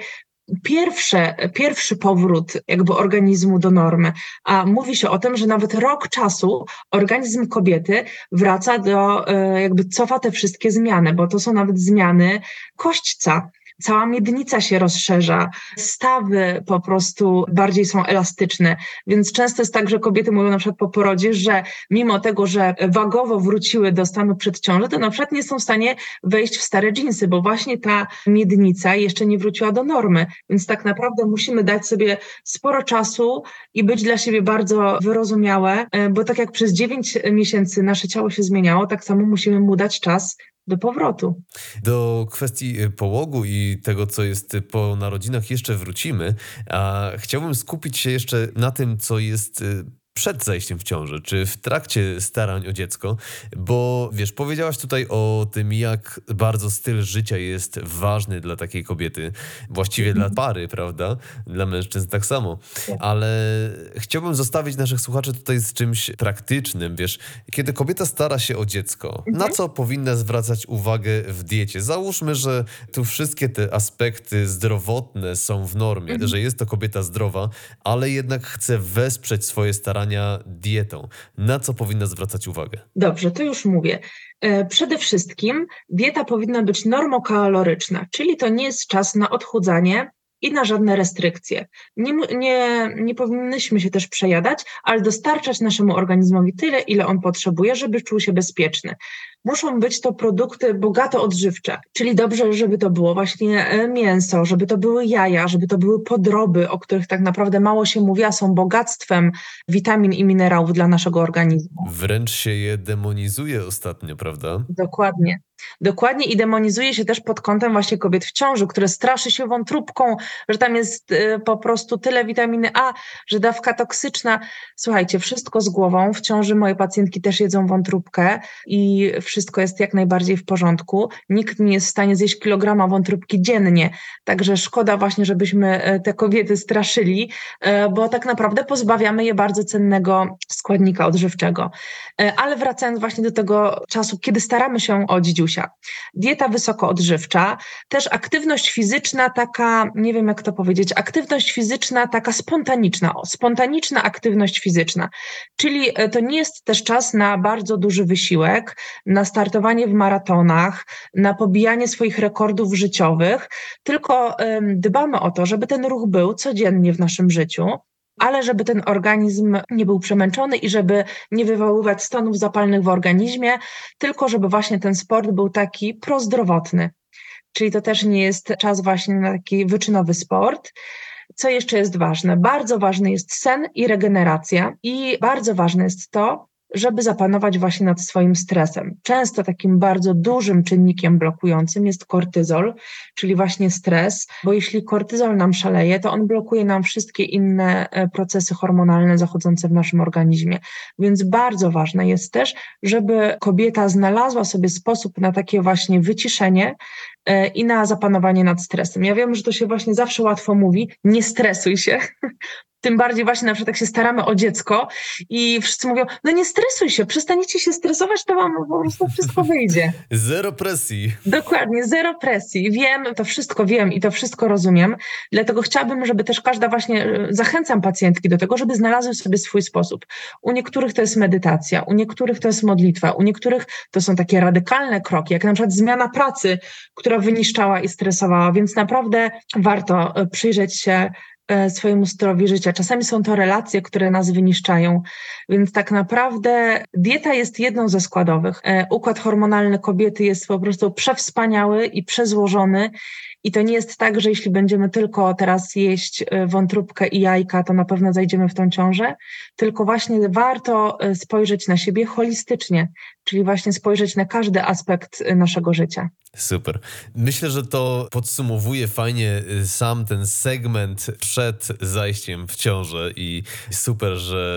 pierwszy powrót jakby organizmu do normy, a mówi się o tym, że nawet rok czasu organizm kobiety wraca jakby cofa te wszystkie zmiany, bo to są nawet zmiany kośćca. Cała miednica się rozszerza, stawy po prostu bardziej są elastyczne, więc często jest tak, że kobiety mówią na przykład po porodzie, że mimo tego, że wagowo wróciły do stanu przedciąży, to na przykład nie są w stanie wejść w stare dżinsy, bo właśnie ta miednica jeszcze nie wróciła do normy, więc tak naprawdę musimy dać sobie sporo czasu i być dla siebie bardzo wyrozumiałe, bo tak jak przez 9 miesięcy nasze ciało się zmieniało, tak samo musimy mu dać czas do powrotu.
Do kwestii połogu i tego, co jest po narodzinach, jeszcze wrócimy, a chciałbym skupić się jeszcze na tym, co jest przed zajściem w ciążę, czy w trakcie starań o dziecko, bo wiesz, powiedziałaś tutaj o tym, jak bardzo styl życia jest ważny dla takiej kobiety, właściwie dla pary, prawda? Dla mężczyzn tak samo, ale chciałbym zostawić naszych słuchaczy tutaj z czymś praktycznym, wiesz, kiedy kobieta stara się o dziecko, na co powinna zwracać uwagę w diecie? Załóżmy, że tu wszystkie te aspekty zdrowotne są w normie, że jest to kobieta zdrowa, ale jednak chce wesprzeć swoje starania dietą. Na co powinna zwracać uwagę?
Dobrze, to już mówię. Przede wszystkim dieta powinna być normokaloryczna, czyli to nie jest czas na odchudzanie i na żadne restrykcje. Nie powinnyśmy się też przejadać, ale dostarczać naszemu organizmowi tyle, ile on potrzebuje, żeby czuł się bezpieczny. Muszą być to produkty bogato odżywcze, czyli dobrze, żeby to było właśnie mięso, żeby to były jaja, żeby to były podroby, o których tak naprawdę mało się mówi, a są bogactwem witamin i minerałów dla naszego organizmu.
Wręcz się je demonizuje ostatnio, prawda?
Dokładnie. Dokładnie i demonizuje się też pod kątem właśnie kobiet w ciąży, które straszy się wątróbką, że tam jest po prostu tyle witaminy A, że dawka toksyczna. Słuchajcie, wszystko z głową. W ciąży moje pacjentki też jedzą wątróbkę i wszystko jest jak najbardziej w porządku. Nikt nie jest w stanie zjeść kilograma wątróbki dziennie, także szkoda właśnie, żebyśmy te kobiety straszyli, bo tak naprawdę pozbawiamy je bardzo cennego składnika odżywczego. Ale wracając właśnie do tego czasu, kiedy staramy się o dzidziusia. Dieta wysokoodżywcza, też aktywność fizyczna taka, nie wiem jak to powiedzieć, aktywność fizyczna taka spontaniczna aktywność fizyczna, czyli to nie jest też czas na bardzo duży wysiłek, na startowanie w maratonach, na pobijanie swoich rekordów życiowych, tylko dbamy o to, żeby ten ruch był codziennie w naszym życiu, ale żeby ten organizm nie był przemęczony i żeby nie wywoływać stanów zapalnych w organizmie, tylko żeby właśnie ten sport był taki prozdrowotny. Czyli to też nie jest czas właśnie na taki wyczynowy sport. Co jeszcze jest ważne? Bardzo ważny jest sen i regeneracja i bardzo ważne jest to, żeby zapanować właśnie nad swoim stresem. Często takim bardzo dużym czynnikiem blokującym jest kortyzol, czyli właśnie stres, bo jeśli kortyzol nam szaleje, to on blokuje nam wszystkie inne procesy hormonalne zachodzące w naszym organizmie. Więc bardzo ważne jest też, żeby kobieta znalazła sobie sposób na takie właśnie wyciszenie i na zapanowanie nad stresem. Ja wiem, że to się właśnie zawsze łatwo mówi, nie stresuj się. Tym bardziej właśnie na przykład jak się staramy o dziecko i wszyscy mówią, no nie stresuj się, przestaniecie się stresować, to wam po prostu wszystko wyjdzie.
Zero presji.
Dokładnie, zero presji. Wiem i to wszystko rozumiem, dlatego chciałabym, żeby też każda właśnie, zachęcam pacjentki do tego, żeby znalazły sobie swój sposób. U niektórych to jest medytacja, u niektórych to jest modlitwa, u niektórych to są takie radykalne kroki, jak na przykład zmiana pracy, która wyniszczała i stresowała, więc naprawdę warto przyjrzeć się swojemu stylowi życia. Czasami są to relacje, które nas wyniszczają, więc tak naprawdę dieta jest jedną ze składowych. Układ hormonalny kobiety jest po prostu przewspaniały i przezłożony i to nie jest tak, że jeśli będziemy tylko teraz jeść wątróbkę i jajka, to na pewno zajdziemy w tą ciążę, tylko właśnie warto spojrzeć na siebie holistycznie, czyli właśnie spojrzeć na każdy aspekt naszego życia.
Super. Myślę, że to podsumowuje fajnie sam ten segment przed zajściem w ciążę i super,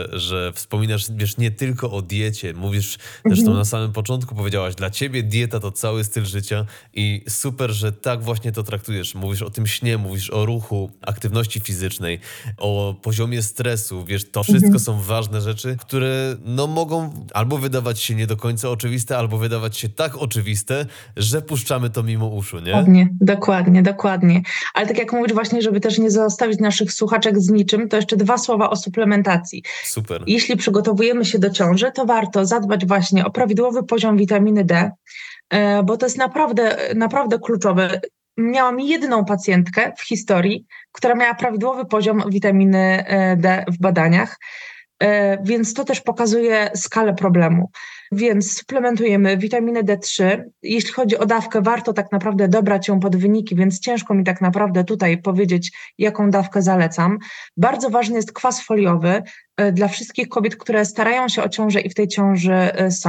że wspominasz, wiesz, nie tylko o diecie. Mówisz, zresztą na samym początku powiedziałaś, dla ciebie dieta to cały styl życia i super, że tak właśnie to traktujesz. Mówisz o tym śnie, mówisz o ruchu, aktywności fizycznej, o poziomie stresu. Wiesz, to wszystko są ważne rzeczy, które no mogą albo wydawać się nie do końca oczywiste, albo wydawać się tak oczywiste, że puszczamy to mimo uszu, nie?
Dokładnie. Ale tak jak mówisz właśnie, żeby też nie zostawić naszych słuchaczek z niczym, to jeszcze 2 słowa o suplementacji.
Super.
Jeśli przygotowujemy się do ciąży, to warto zadbać właśnie o prawidłowy poziom witaminy D, bo to jest naprawdę kluczowe. Miałam jedną pacjentkę w historii, która miała prawidłowy poziom witaminy D w badaniach, więc to też pokazuje skalę problemu. Więc suplementujemy witaminę D3. Jeśli chodzi o dawkę, warto tak naprawdę dobrać ją pod wyniki, więc ciężko mi tak naprawdę tutaj powiedzieć, jaką dawkę zalecam. Bardzo ważny jest kwas foliowy dla wszystkich kobiet, które starają się o ciążę i w tej ciąży są.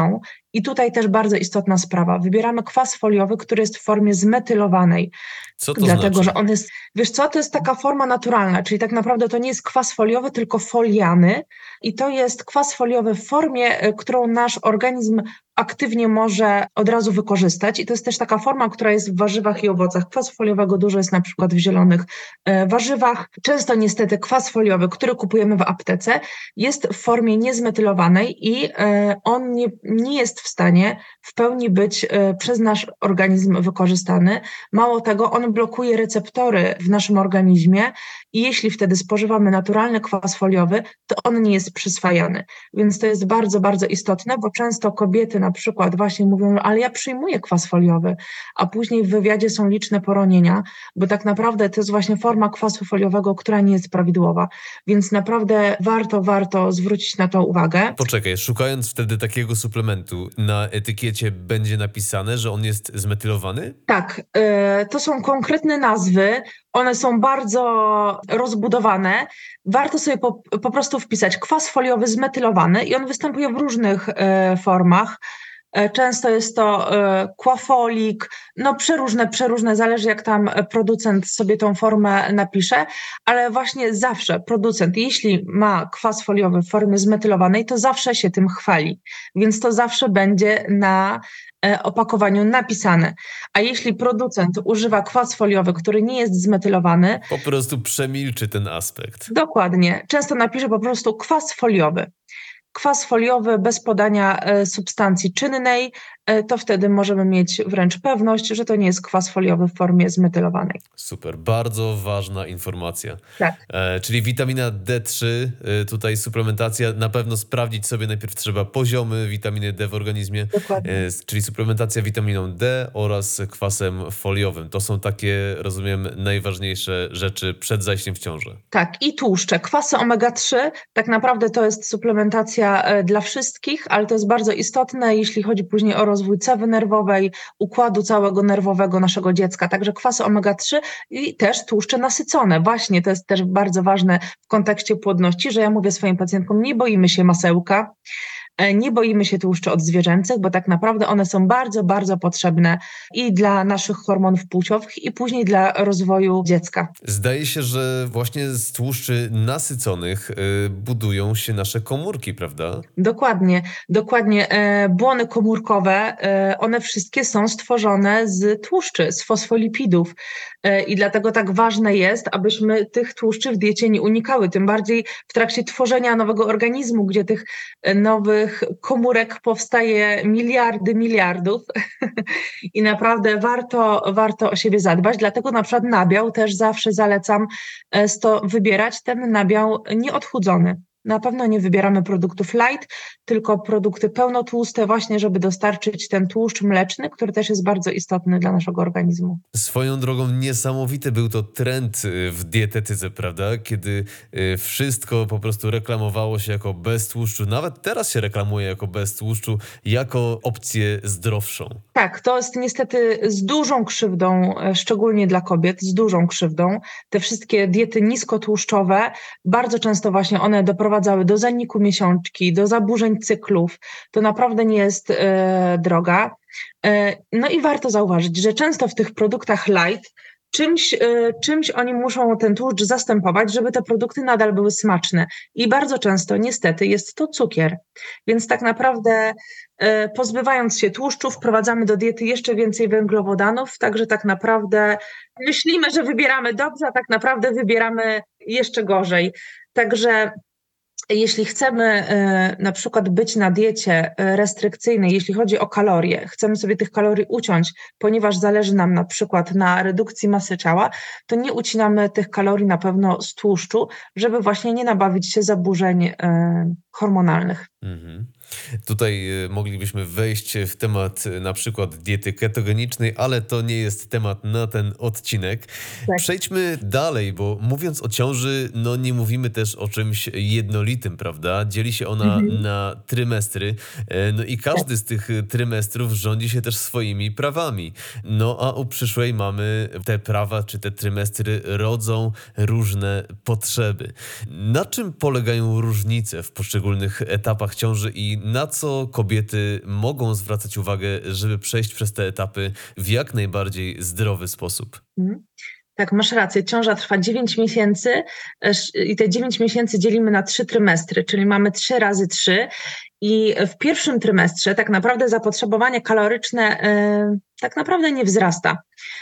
I tutaj też bardzo istotna sprawa. Wybieramy kwas foliowy, który jest w formie zmetylowanej.
Co to
Dlatego,
znaczy?
że on jest, wiesz co, to jest taka forma naturalna, czyli tak naprawdę to nie jest kwas foliowy, tylko foliany i to jest kwas foliowy w formie, którą nasz organizm aktywnie może od razu wykorzystać i to jest też taka forma, która jest w warzywach i owocach. Kwasu foliowego dużo jest na przykład w zielonych warzywach. Często niestety kwas foliowy, który kupujemy w aptece, jest w formie niezmetylowanej i on nie jest w stanie w pełni być przez nasz organizm wykorzystany. Mało tego, on blokuje receptory w naszym organizmie i jeśli wtedy spożywamy naturalny kwas foliowy, to on nie jest przyswajany. Więc to jest bardzo, bardzo istotne, bo często kobiety na przykład właśnie mówią, ale ja przyjmuję kwas foliowy, a później w wywiadzie są liczne poronienia, bo tak naprawdę to jest właśnie forma kwasu foliowego, która nie jest prawidłowa. Więc naprawdę warto zwrócić na to uwagę.
Poczekaj, szukając wtedy takiego suplementu, na etykiecie będzie napisane, że on jest zmetylowany?
Tak, to są konkretne nazwy, one są bardzo rozbudowane. Warto sobie po prostu wpisać kwas foliowy zmetylowany i on występuje w różnych formach. Często jest to quafolik, no przeróżne, zależy jak tam producent sobie tą formę napisze, ale właśnie zawsze producent, jeśli ma kwas foliowy w formie zmetylowanej, to zawsze się tym chwali, więc to zawsze będzie na opakowaniu napisane. A jeśli producent używa kwas foliowy, który nie jest zmetylowany,
Po prostu przemilczy ten aspekt.
dokładnie, często napisze po prostu kwas foliowy. Kwas foliowy bez podania substancji czynnej, to wtedy możemy mieć wręcz pewność, że to nie jest kwas foliowy w formie zmetylowanej.
Super, bardzo ważna informacja.
Tak.
Czyli witamina D3, tutaj suplementacja, na pewno sprawdzić sobie najpierw trzeba poziomy witaminy D w organizmie,
Dokładnie.
czyli suplementacja witaminą D oraz kwasem foliowym. To są takie, rozumiem, najważniejsze rzeczy przed zajściem w ciążę.
Tak, i tłuszcze. Kwasy omega-3, tak naprawdę to jest suplementacja dla wszystkich, ale to jest bardzo istotne, jeśli chodzi później o rozwój cewy nerwowej, układu całego nerwowego naszego dziecka. Także kwasy omega-3 i też tłuszcze nasycone. Właśnie to jest też bardzo ważne w kontekście płodności, że ja mówię swoim pacjentkom, nie boimy się masełka, nie boimy się tłuszczy odzwierzęcych, bo tak naprawdę one są bardzo, bardzo potrzebne i dla naszych hormonów płciowych i później dla rozwoju dziecka.
Zdaje się, że właśnie z tłuszczy nasyconych budują się nasze komórki, prawda?
Dokładnie. Błony komórkowe, one wszystkie są stworzone z tłuszczy, z fosfolipidów i dlatego tak ważne jest, abyśmy tych tłuszczy w diecie nie unikały, tym bardziej w trakcie tworzenia nowego organizmu, gdzie tych nowych komórek powstaje miliardów i naprawdę warto o siebie zadbać, dlatego na przykład nabiał też zawsze zalecam wybierać ten nabiał nieodchudzony. Na pewno nie wybieramy produktów light, tylko produkty pełnotłuste właśnie, żeby dostarczyć ten tłuszcz mleczny, który też jest bardzo istotny dla naszego organizmu.
Swoją drogą niesamowity był to trend w dietetyce, prawda? Kiedy wszystko po prostu reklamowało się jako bez tłuszczu. Nawet teraz się reklamuje jako bez tłuszczu, jako opcję zdrowszą.
Tak, to jest niestety z dużą krzywdą, szczególnie dla kobiet, z dużą krzywdą. Te wszystkie diety niskotłuszczowe, bardzo często właśnie one doprowadzały do zaniku miesiączki, do zaburzeń cyklów. To naprawdę nie jest droga. No i warto zauważyć, że często w tych produktach light czymś oni muszą ten tłuszcz zastępować, żeby te produkty nadal były smaczne. I bardzo często niestety jest to cukier. Więc tak naprawdę pozbywając się tłuszczu, wprowadzamy do diety jeszcze więcej węglowodanów, także tak naprawdę myślimy, że wybieramy dobrze, a tak naprawdę wybieramy jeszcze gorzej. Także jeśli chcemy na przykład być na diecie restrykcyjnej, jeśli chodzi o kalorie, chcemy sobie tych kalorii uciąć, ponieważ zależy nam na przykład na redukcji masy ciała, to nie ucinamy tych kalorii na pewno z tłuszczu, żeby właśnie nie nabawić się zaburzeń hormonalnych.
Mhm. Tutaj moglibyśmy wejść w temat na przykład diety ketogenicznej, ale to nie jest temat na ten odcinek.
Tak.
Przejdźmy dalej, bo mówiąc o ciąży, no nie mówimy też o czymś jednolitym, prawda? Dzieli się ona na trymestry, no i każdy z tych trymestrów rządzi się też swoimi prawami. No a u przyszłej mamy te prawa, czy te trymestry rodzą różne potrzeby. Na czym polegają różnice w poszczególnych poszczególnych etapach ciąży i na co kobiety mogą zwracać uwagę, żeby przejść przez te etapy w jak najbardziej zdrowy sposób?
Mhm. Tak, masz rację. Ciąża trwa 9 miesięcy i te 9 miesięcy dzielimy na 3 trymestry, czyli mamy 3 razy 3. I w pierwszym trymestrze tak naprawdę zapotrzebowanie kaloryczne tak naprawdę nie wzrasta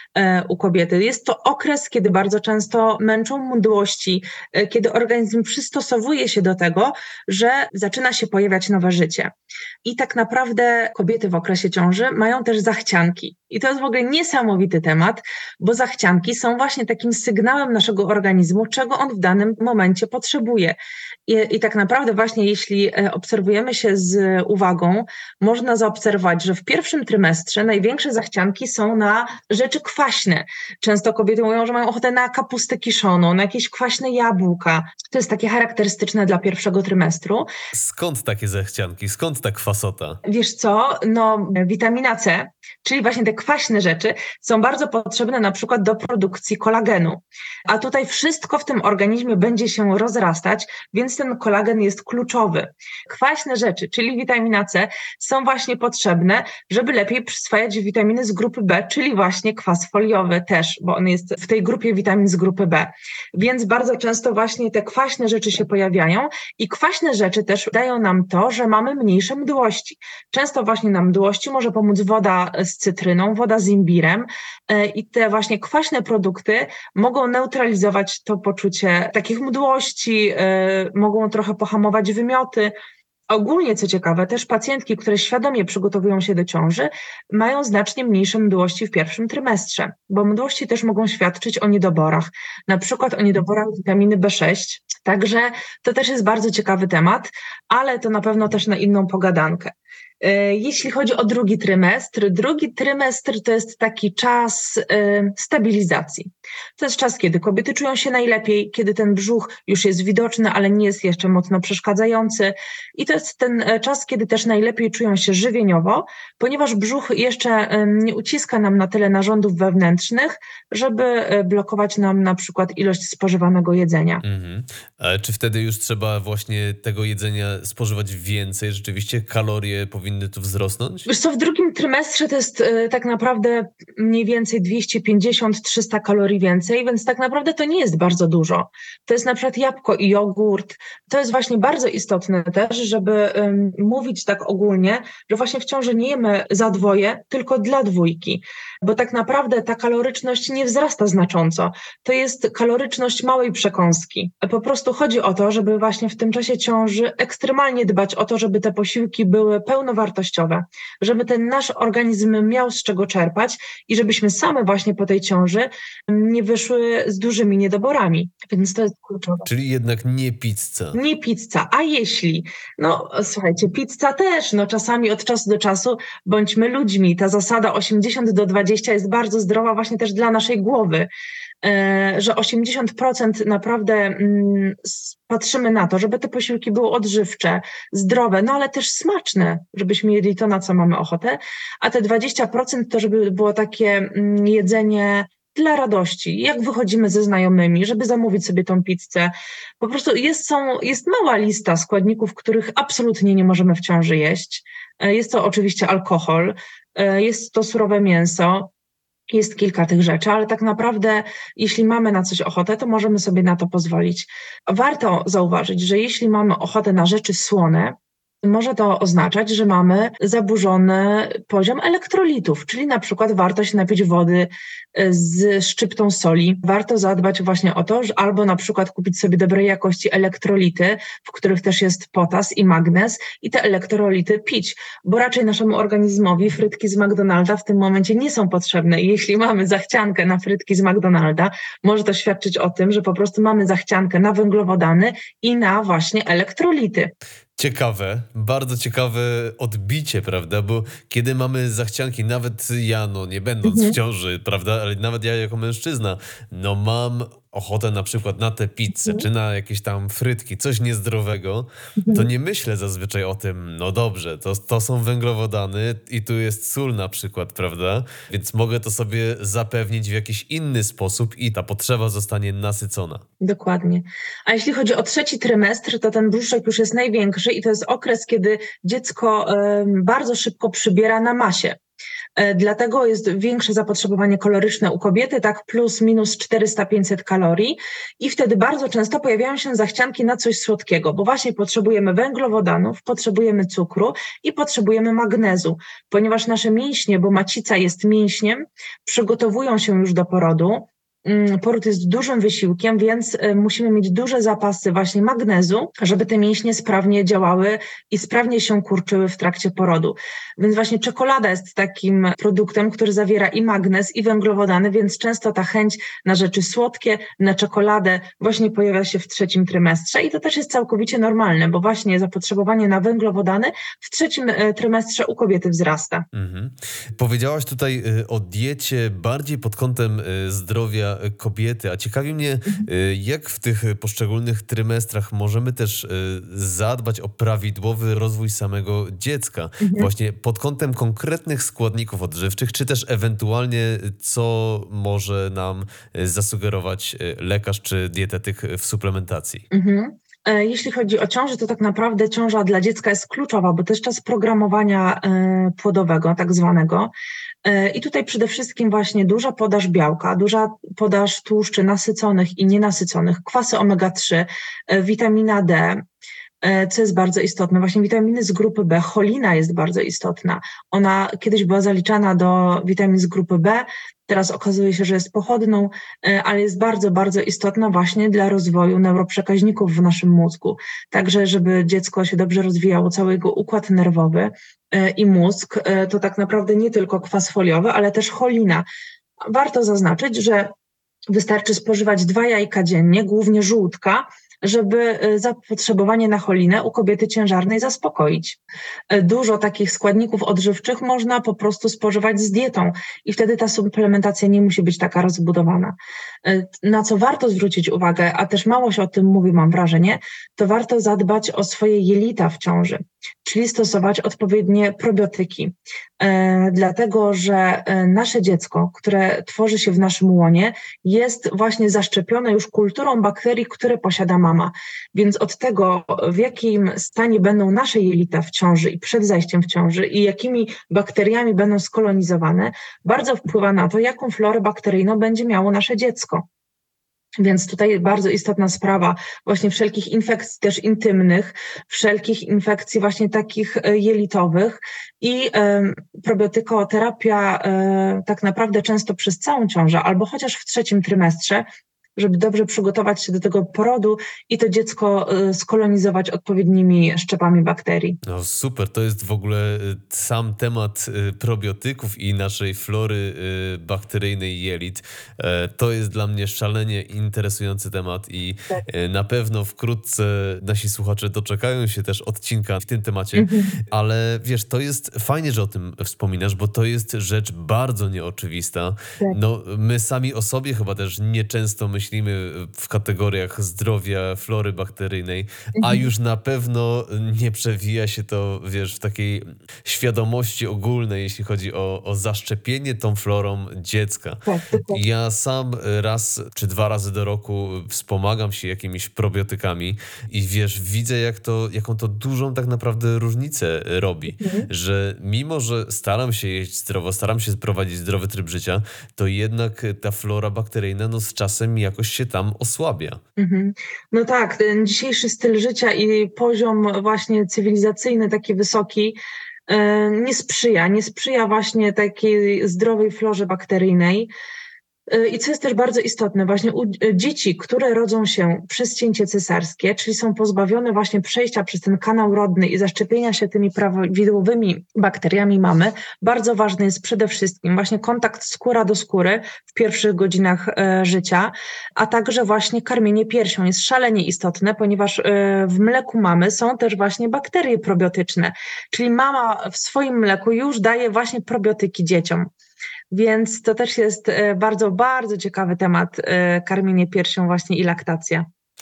u kobiety. Jest to okres, kiedy bardzo często męczą mdłości, kiedy organizm przystosowuje się do tego, że zaczyna się pojawiać nowe życie. I tak naprawdę kobiety w okresie ciąży mają też zachcianki. I to jest w ogóle niesamowity temat, bo zachcianki są właśnie takim sygnałem naszego organizmu, czego on w danym momencie potrzebuje. I tak naprawdę właśnie jeśli obserwujemy się z uwagą, można zaobserwować, że w pierwszym trymestrze największe zachcianki są na rzeczy kwaśne. Często kobiety mówią, że mają ochotę na kapustę kiszoną, na jakieś kwaśne jabłka. To jest takie charakterystyczne dla pierwszego trymestru.
Skąd takie zachcianki? Skąd ta kwasota?
Wiesz co, witamina C, czyli właśnie te kwaśne rzeczy, są bardzo potrzebne na przykład do produkcji kolagenu. A tutaj wszystko w tym organizmie będzie się rozrastać, więc ten kolagen jest kluczowy. Kwaśne rzeczy, czyli witamina C, są właśnie potrzebne, żeby lepiej przyswajać witaminy z grupy B, czyli właśnie kwas foliowy też, bo on jest w tej grupie witamin z grupy B. Więc bardzo często właśnie te kwaśne rzeczy się pojawiają i kwaśne rzeczy też dają nam to, że mamy mniejsze mdłości. Często właśnie na mdłości może pomóc woda z cytryną, woda z imbirem i te właśnie kwaśne produkty mogą neutralizować to poczucie takich mdłości, mogą trochę pohamować wymioty. Ogólnie, co ciekawe, też pacjentki, które świadomie przygotowują się do ciąży, mają znacznie mniejsze mdłości w pierwszym trymestrze, bo mdłości też mogą świadczyć o niedoborach, na przykład o niedoborach witaminy B6. Także to też jest bardzo ciekawy temat, ale to na pewno też na inną pogadankę. Jeśli chodzi o drugi trymestr to jest taki czas stabilizacji. To jest czas, kiedy kobiety czują się najlepiej, kiedy ten brzuch już jest widoczny, ale nie jest jeszcze mocno przeszkadzający. I to jest ten czas, kiedy też najlepiej czują się żywieniowo, ponieważ brzuch jeszcze nie uciska nam na tyle narządów wewnętrznych, żeby blokować nam na przykład ilość spożywanego jedzenia.
Ale czy wtedy już trzeba właśnie tego jedzenia spożywać więcej? Rzeczywiście kalorie powinny tu wzrosnąć?
Wiesz co, w drugim trymestrze to jest tak naprawdę mniej więcej 250-300 kalorii więcej, więc tak naprawdę to nie jest bardzo dużo. To jest na przykład jabłko i jogurt. To jest właśnie bardzo istotne też, żeby mówić tak ogólnie, że właśnie w ciąży nie jemy za dwoje, tylko dla dwójki. Bo tak naprawdę ta kaloryczność nie wzrasta znacząco. To jest kaloryczność małej przekąski. Po prostu chodzi o to, żeby właśnie w tym czasie ciąży ekstremalnie dbać o to, żeby te posiłki były pełnowartościowe, żeby ten nasz organizm miał z czego czerpać i żebyśmy same właśnie po tej ciąży nie wyszły z dużymi niedoborami. Więc to jest kluczowe.
Czyli jednak nie pizza.
Nie pizza, a jeśli, słuchajcie, pizza też, czasami od czasu do czasu bądźmy ludźmi. Ta zasada 80-20 jest bardzo zdrowa właśnie też dla naszej głowy, że 80% naprawdę patrzymy na to, żeby te posiłki były odżywcze, zdrowe, ale też smaczne, żebyśmy jedli to, na co mamy ochotę, a te 20% to żeby było takie jedzenie dla radości, jak wychodzimy ze znajomymi, żeby zamówić sobie tą pizzę. Po prostu jest mała lista składników, których absolutnie nie możemy w ciąży jeść. Jest to oczywiście alkohol, jest to surowe mięso, jest kilka tych rzeczy, ale tak naprawdę jeśli mamy na coś ochotę, to możemy sobie na to pozwolić. Warto zauważyć, że jeśli mamy ochotę na rzeczy słone, może to oznaczać, że mamy zaburzony poziom elektrolitów, czyli na przykład warto się napić wody z szczyptą soli. Warto zadbać właśnie o to, że albo na przykład kupić sobie dobrej jakości elektrolity, w których też jest potas i magnez i te elektrolity pić, bo raczej naszemu organizmowi frytki z McDonalda w tym momencie nie są potrzebne i jeśli mamy zachciankę na frytki z McDonalda, może to świadczyć o tym, że po prostu mamy zachciankę na węglowodany i na właśnie elektrolity.
Ciekawe, bardzo ciekawe odbicie, prawda, bo kiedy mamy zachcianki, nawet ja, nie będąc w ciąży, prawda, ale nawet ja jako mężczyzna, mam ochotę na przykład na tę pizzę,
Mhm.
czy na jakieś tam frytki, coś niezdrowego, to
Mhm.
nie myślę zazwyczaj o tym, no dobrze, to są węglowodany i tu jest sól na przykład, prawda? Więc mogę to sobie zapewnić w jakiś inny sposób i ta potrzeba zostanie nasycona.
Dokładnie. A jeśli chodzi o trzeci trymestr, to ten brzuszek już jest największy i to jest okres, kiedy dziecko bardzo szybko przybiera na masie. Dlatego jest większe zapotrzebowanie kaloryczne u kobiety, tak plus minus 400-500 kalorii i wtedy bardzo często pojawiają się zachcianki na coś słodkiego, bo właśnie potrzebujemy węglowodanów, potrzebujemy cukru i potrzebujemy magnezu, ponieważ nasze mięśnie, bo macica jest mięśniem, przygotowują się już do porodu. Poród jest dużym wysiłkiem, więc musimy mieć duże zapasy właśnie magnezu, żeby te mięśnie sprawnie działały i sprawnie się kurczyły w trakcie porodu. Więc właśnie czekolada jest takim produktem, który zawiera i magnez, i węglowodany, więc często ta chęć na rzeczy słodkie, na czekoladę właśnie pojawia się w trzecim trymestrze i to też jest całkowicie normalne, bo właśnie zapotrzebowanie na węglowodany w trzecim trymestrze u kobiety wzrasta.
Mhm. Powiedziałaś tutaj o diecie bardziej pod kątem zdrowia kobiety, a ciekawi mnie, jak w tych poszczególnych trymestrach możemy też zadbać o prawidłowy rozwój samego dziecka,
Mhm.
właśnie pod kątem konkretnych składników odżywczych, czy też ewentualnie co może nam zasugerować lekarz czy dietetyk w suplementacji.
Mhm. Jeśli chodzi o ciążę, to tak naprawdę ciąża dla dziecka jest kluczowa, bo to jest czas programowania płodowego, tak zwanego. I tutaj przede wszystkim właśnie duża podaż białka, duża podaż tłuszczy nasyconych i nienasyconych, kwasy omega-3, witamina D, co jest bardzo istotne. Właśnie witaminy z grupy B, cholina jest bardzo istotna. Ona kiedyś była zaliczana do witamin z grupy B, teraz okazuje się, że jest pochodną, ale jest bardzo, bardzo istotna właśnie dla rozwoju neuroprzekaźników w naszym mózgu. Także, żeby dziecko się dobrze rozwijało, cały jego układ nerwowy i mózg, to tak naprawdę nie tylko kwas foliowy, ale też cholina. Warto zaznaczyć, że wystarczy spożywać 2 jajka dziennie, głównie żółtka, żeby zapotrzebowanie na cholinę u kobiety ciężarnej zaspokoić. Dużo takich składników odżywczych można po prostu spożywać z dietą i wtedy ta suplementacja nie musi być taka rozbudowana. Na co warto zwrócić uwagę, a też mało się o tym mówi, mam wrażenie, to warto zadbać o swoje jelita w ciąży, czyli stosować odpowiednie probiotyki. Dlatego, że nasze dziecko, które tworzy się w naszym łonie, jest właśnie zaszczepione już kulturą bakterii, które posiada mama. Więc od tego, w jakim stanie będą nasze jelita w ciąży i przed zajściem w ciąży i jakimi bakteriami będą skolonizowane, bardzo wpływa na to, jaką florę bakteryjną będzie miało nasze dziecko. Więc tutaj bardzo istotna sprawa właśnie wszelkich infekcji też intymnych, wszelkich infekcji właśnie takich jelitowych i probiotykoterapia tak naprawdę często przez całą ciążę albo chociaż w trzecim trymestrze, żeby dobrze przygotować się do tego porodu i to dziecko skolonizować odpowiednimi szczepami bakterii.
No super, to jest w ogóle sam temat probiotyków i naszej flory bakteryjnej jelit. To jest dla mnie szalenie interesujący temat i
Tak.
na pewno wkrótce nasi słuchacze doczekają się też odcinka w tym temacie,
Mhm.
ale wiesz, to jest fajnie, że o tym wspominasz, bo to jest rzecz bardzo nieoczywista.
Tak.
No, my sami o sobie chyba też nieczęsto myślimy w kategoriach zdrowia, flory bakteryjnej, a
Mhm.
już na pewno nie przewija się to, wiesz, w takiej świadomości ogólnej, jeśli chodzi o zaszczepienie tą florą dziecka.
Tak, dokładnie.
Ja sam raz czy 2 razy do roku wspomagam się jakimiś probiotykami i wiesz, widzę jaką to dużą tak naprawdę różnicę robi,
Mhm.
że mimo, że staram się jeść zdrowo, staram się prowadzić zdrowy tryb życia, to jednak ta flora bakteryjna no z czasem jakoś się tam osłabia.
Mhm. No tak, ten dzisiejszy styl życia i poziom właśnie cywilizacyjny taki wysoki nie sprzyja właśnie takiej zdrowej florze bakteryjnej. I co jest też bardzo istotne, właśnie u dzieci, które rodzą się przez cięcie cesarskie, czyli są pozbawione właśnie przejścia przez ten kanał rodny i zaszczepienia się tymi prawidłowymi bakteriami mamy, bardzo ważny jest przede wszystkim właśnie kontakt skóra do skóry w pierwszych godzinach życia, a także właśnie karmienie piersią jest szalenie istotne, ponieważ w mleku mamy są też właśnie bakterie probiotyczne, czyli mama w swoim mleku już daje właśnie probiotyki dzieciom. Więc to też jest bardzo, bardzo ciekawy temat, karmienie piersią właśnie i laktacja.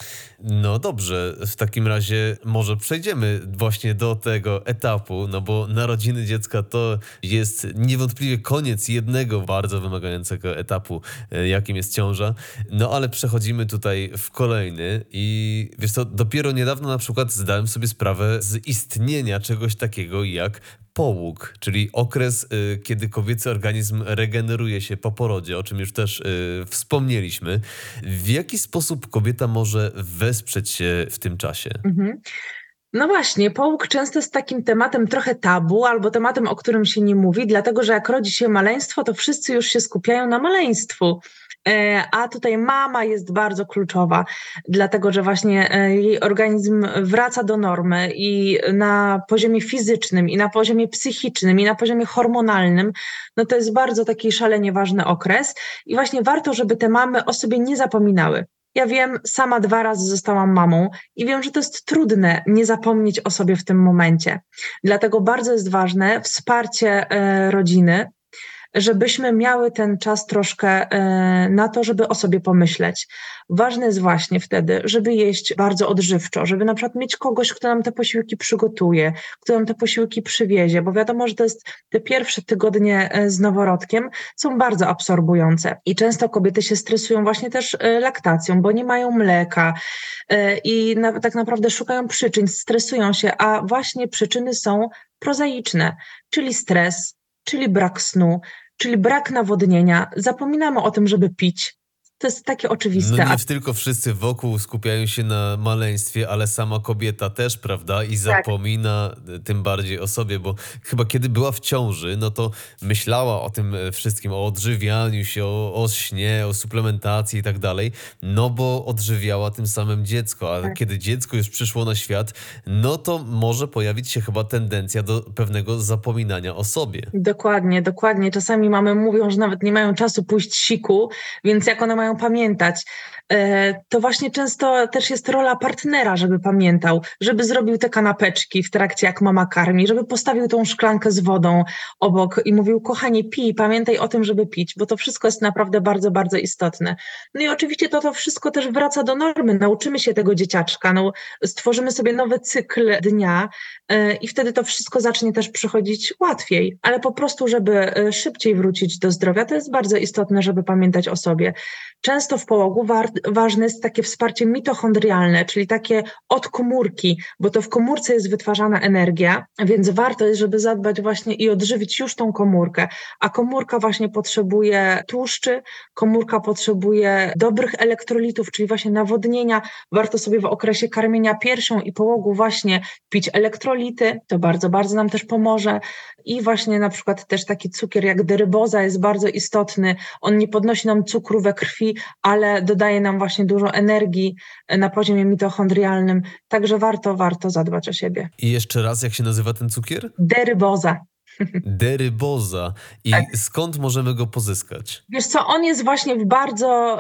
No dobrze, w takim razie może przejdziemy właśnie do tego etapu, no bo narodziny dziecka to jest niewątpliwie koniec jednego bardzo wymagającego etapu, jakim jest ciąża. No ale przechodzimy tutaj w kolejny i wiesz co, dopiero niedawno na przykład zdałem sobie sprawę z istnienia czegoś takiego jak połóg, czyli okres, kiedy kobiecy organizm regeneruje się po porodzie, o czym już też wspomnieliśmy. W jaki sposób kobieta może wesprzeć się w tym czasie?
Mhm. No właśnie, połóg często jest takim tematem trochę tabu albo tematem, o którym się nie mówi, dlatego że jak rodzi się maleństwo, to wszyscy już się skupiają na maleństwu. A tutaj mama jest bardzo kluczowa, dlatego że właśnie jej organizm wraca do normy i na poziomie fizycznym, i na poziomie psychicznym, i na poziomie hormonalnym, no to jest bardzo taki szalenie ważny okres i właśnie warto, żeby te mamy o sobie nie zapominały. Ja wiem, sama 2 razy zostałam mamą i wiem, że to jest trudne nie zapomnieć o sobie w tym momencie. Dlatego bardzo jest ważne wsparcie rodziny, żebyśmy miały ten czas troszkę na to, żeby o sobie pomyśleć. Ważne jest właśnie wtedy, żeby jeść bardzo odżywczo, żeby na przykład mieć kogoś, kto nam te posiłki przygotuje, kto nam te posiłki przywiezie, bo wiadomo, że to jest te pierwsze tygodnie z noworodkiem są bardzo absorbujące i często kobiety się stresują właśnie też laktacją, bo nie mają mleka i tak naprawdę szukają przyczyn, stresują się, a właśnie przyczyny są prozaiczne, czyli stres, czyli brak snu, czyli brak nawodnienia. Zapominamy o tym, żeby pić. To jest takie
No
oczywiste.
nie tylko wszyscy wokół skupiają się na maleństwie, ale sama kobieta też, prawda? I
Tak.
zapomina tym bardziej o sobie, bo chyba kiedy była w ciąży, no to myślała o tym wszystkim, o odżywianiu się, o śnie, o suplementacji i tak dalej, no bo odżywiała tym samym dziecko, a
Tak.
kiedy dziecko już przyszło na świat, no to może pojawić się chyba tendencja do pewnego zapominania o sobie.
Dokładnie, dokładnie. Czasami mamy mówią, że nawet nie mają czasu pójść siku, więc jak one mają pamiętać? To właśnie często też jest rola partnera, żeby pamiętał, żeby zrobił te kanapeczki w trakcie jak mama karmi, żeby postawił tą szklankę z wodą obok i mówił, kochanie, pij, pamiętaj o tym, żeby pić, bo to wszystko jest naprawdę bardzo, bardzo istotne. No i oczywiście to wszystko też wraca do normy, nauczymy się tego dzieciaczka, no, stworzymy sobie nowy cykl dnia, i wtedy to wszystko zacznie też przychodzić łatwiej, ale po prostu, żeby szybciej wrócić do zdrowia, to jest bardzo istotne, żeby pamiętać o sobie. Często w połogu ważne jest takie wsparcie mitochondrialne, czyli takie od komórki, bo to w komórce jest wytwarzana energia, więc warto jest, żeby zadbać właśnie i odżywić już tą komórkę, a komórka właśnie potrzebuje tłuszczy, komórka potrzebuje dobrych elektrolitów, czyli właśnie nawodnienia. Warto sobie w okresie karmienia piersią i połogu właśnie pić elektrolity, to bardzo, bardzo nam też pomoże. I właśnie na przykład też taki cukier jak deryboza jest bardzo istotny. On nie podnosi nam cukru we krwi, ale dodaje nam właśnie dużo energii na poziomie mitochondrialnym. Także warto zadbać o siebie.
I jeszcze raz, jak się nazywa ten cukier?
Deryboza.
Deryboza. I
Tak.
skąd możemy go pozyskać?
Wiesz co, on jest właśnie w bardzo,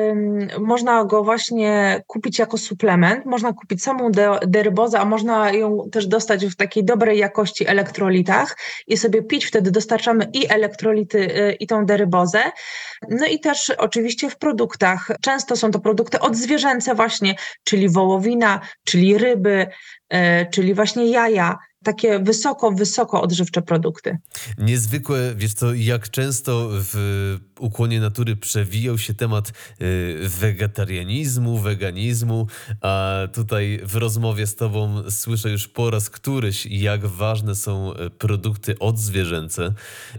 można go właśnie kupić jako suplement, można kupić samą derybozę, a można ją też dostać w takiej dobrej jakości elektrolitach i sobie pić, wtedy dostarczamy i elektrolity, i tą derybozę. No i też oczywiście w produktach, często są to produkty odzwierzęce właśnie, czyli wołowina, czyli ryby, czyli właśnie jaja, takie wysoko odżywcze produkty.
Niezwykłe, wiesz co, jak często w ukłonie natury przewijał się temat wegetarianizmu, weganizmu, a tutaj w rozmowie z tobą słyszę już po raz któryś, jak ważne są produkty odzwierzęce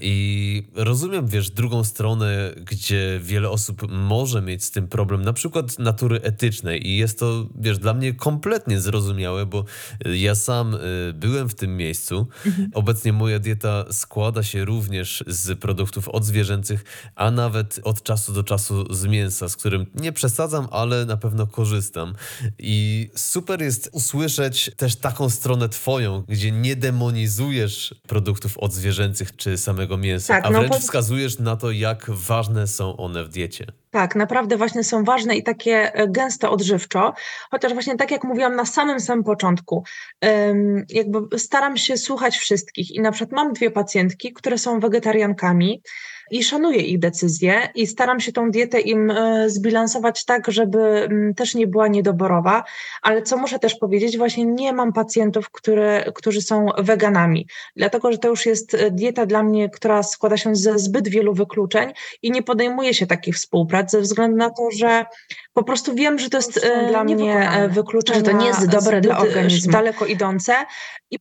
i rozumiem, wiesz, drugą stronę, gdzie wiele osób może mieć z tym problem, na przykład natury etycznej i jest to, wiesz, dla mnie kompletnie zrozumiałe, bo ja sam byłem w tym miejscu. Obecnie moja dieta składa się również z produktów odzwierzęcych, a nawet od czasu do czasu z mięsa, z którym nie przesadzam, ale na pewno korzystam. I super jest usłyszeć też taką stronę twoją, gdzie nie demonizujesz produktów odzwierzęcych czy samego mięsa,
Tak,
a
no
wręcz wskazujesz na to, jak ważne są one w diecie.
Tak, naprawdę właśnie są ważne i takie gęste odżywczo, chociaż właśnie tak jak mówiłam na samym początku, jakby staram się słuchać wszystkich i na przykład mam 2 pacjentki, które są wegetariankami i szanuję ich decyzje i staram się tą dietę im zbilansować tak, żeby też nie była niedoborowa, ale co muszę też powiedzieć, właśnie nie mam pacjentów, którzy są weganami, dlatego że to już jest dieta dla mnie, która składa się ze zbyt wielu wykluczeń i nie podejmuję się takich współprac ze względu na to, że po prostu wiem, że to jest dla mnie wykluczenie, że to nie jest dobre dla organizmu, daleko idące i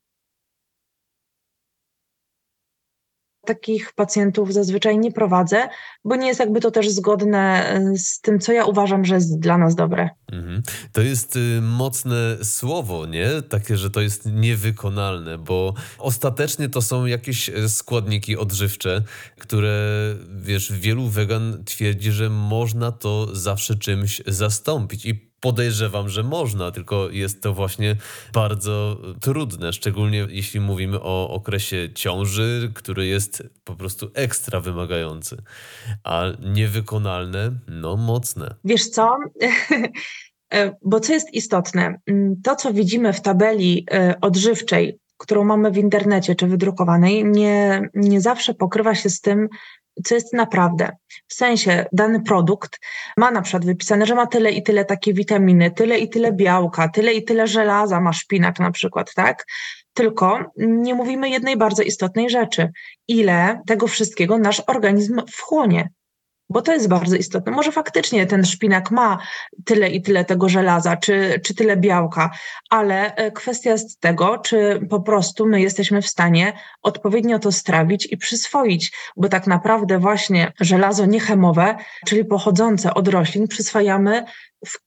takich pacjentów zazwyczaj nie prowadzę, bo nie jest jakby to też zgodne z tym, co ja uważam, że jest dla nas dobre.
Mhm. To jest mocne słowo, nie? Takie, że to jest niewykonalne, bo ostatecznie to są jakieś składniki odżywcze, które, wiesz, wielu wegan twierdzi, że można to zawsze czymś zastąpić i podejrzewam, że można, tylko jest to właśnie bardzo trudne, szczególnie jeśli mówimy o okresie ciąży, który jest po prostu ekstra wymagający, a niewykonalne, no mocne.
Wiesz co? Bo co jest istotne, to co widzimy w tabeli odżywczej, którą mamy w internecie czy wydrukowanej, nie zawsze pokrywa się z tym, co jest naprawdę. W sensie dany produkt ma na przykład wypisane, że ma tyle i tyle takie witaminy, tyle i tyle białka, tyle i tyle żelaza ma szpinak na przykład, tak? Tylko nie mówimy jednej bardzo istotnej rzeczy. Ile tego wszystkiego nasz organizm wchłonie? Bo to jest bardzo istotne. Może faktycznie ten szpinak ma tyle i tyle tego żelaza, czy tyle białka, ale kwestia jest tego, czy po prostu my jesteśmy w stanie odpowiednio to strawić i przyswoić, bo tak naprawdę właśnie żelazo niechemowe, czyli pochodzące od roślin, przyswajamy w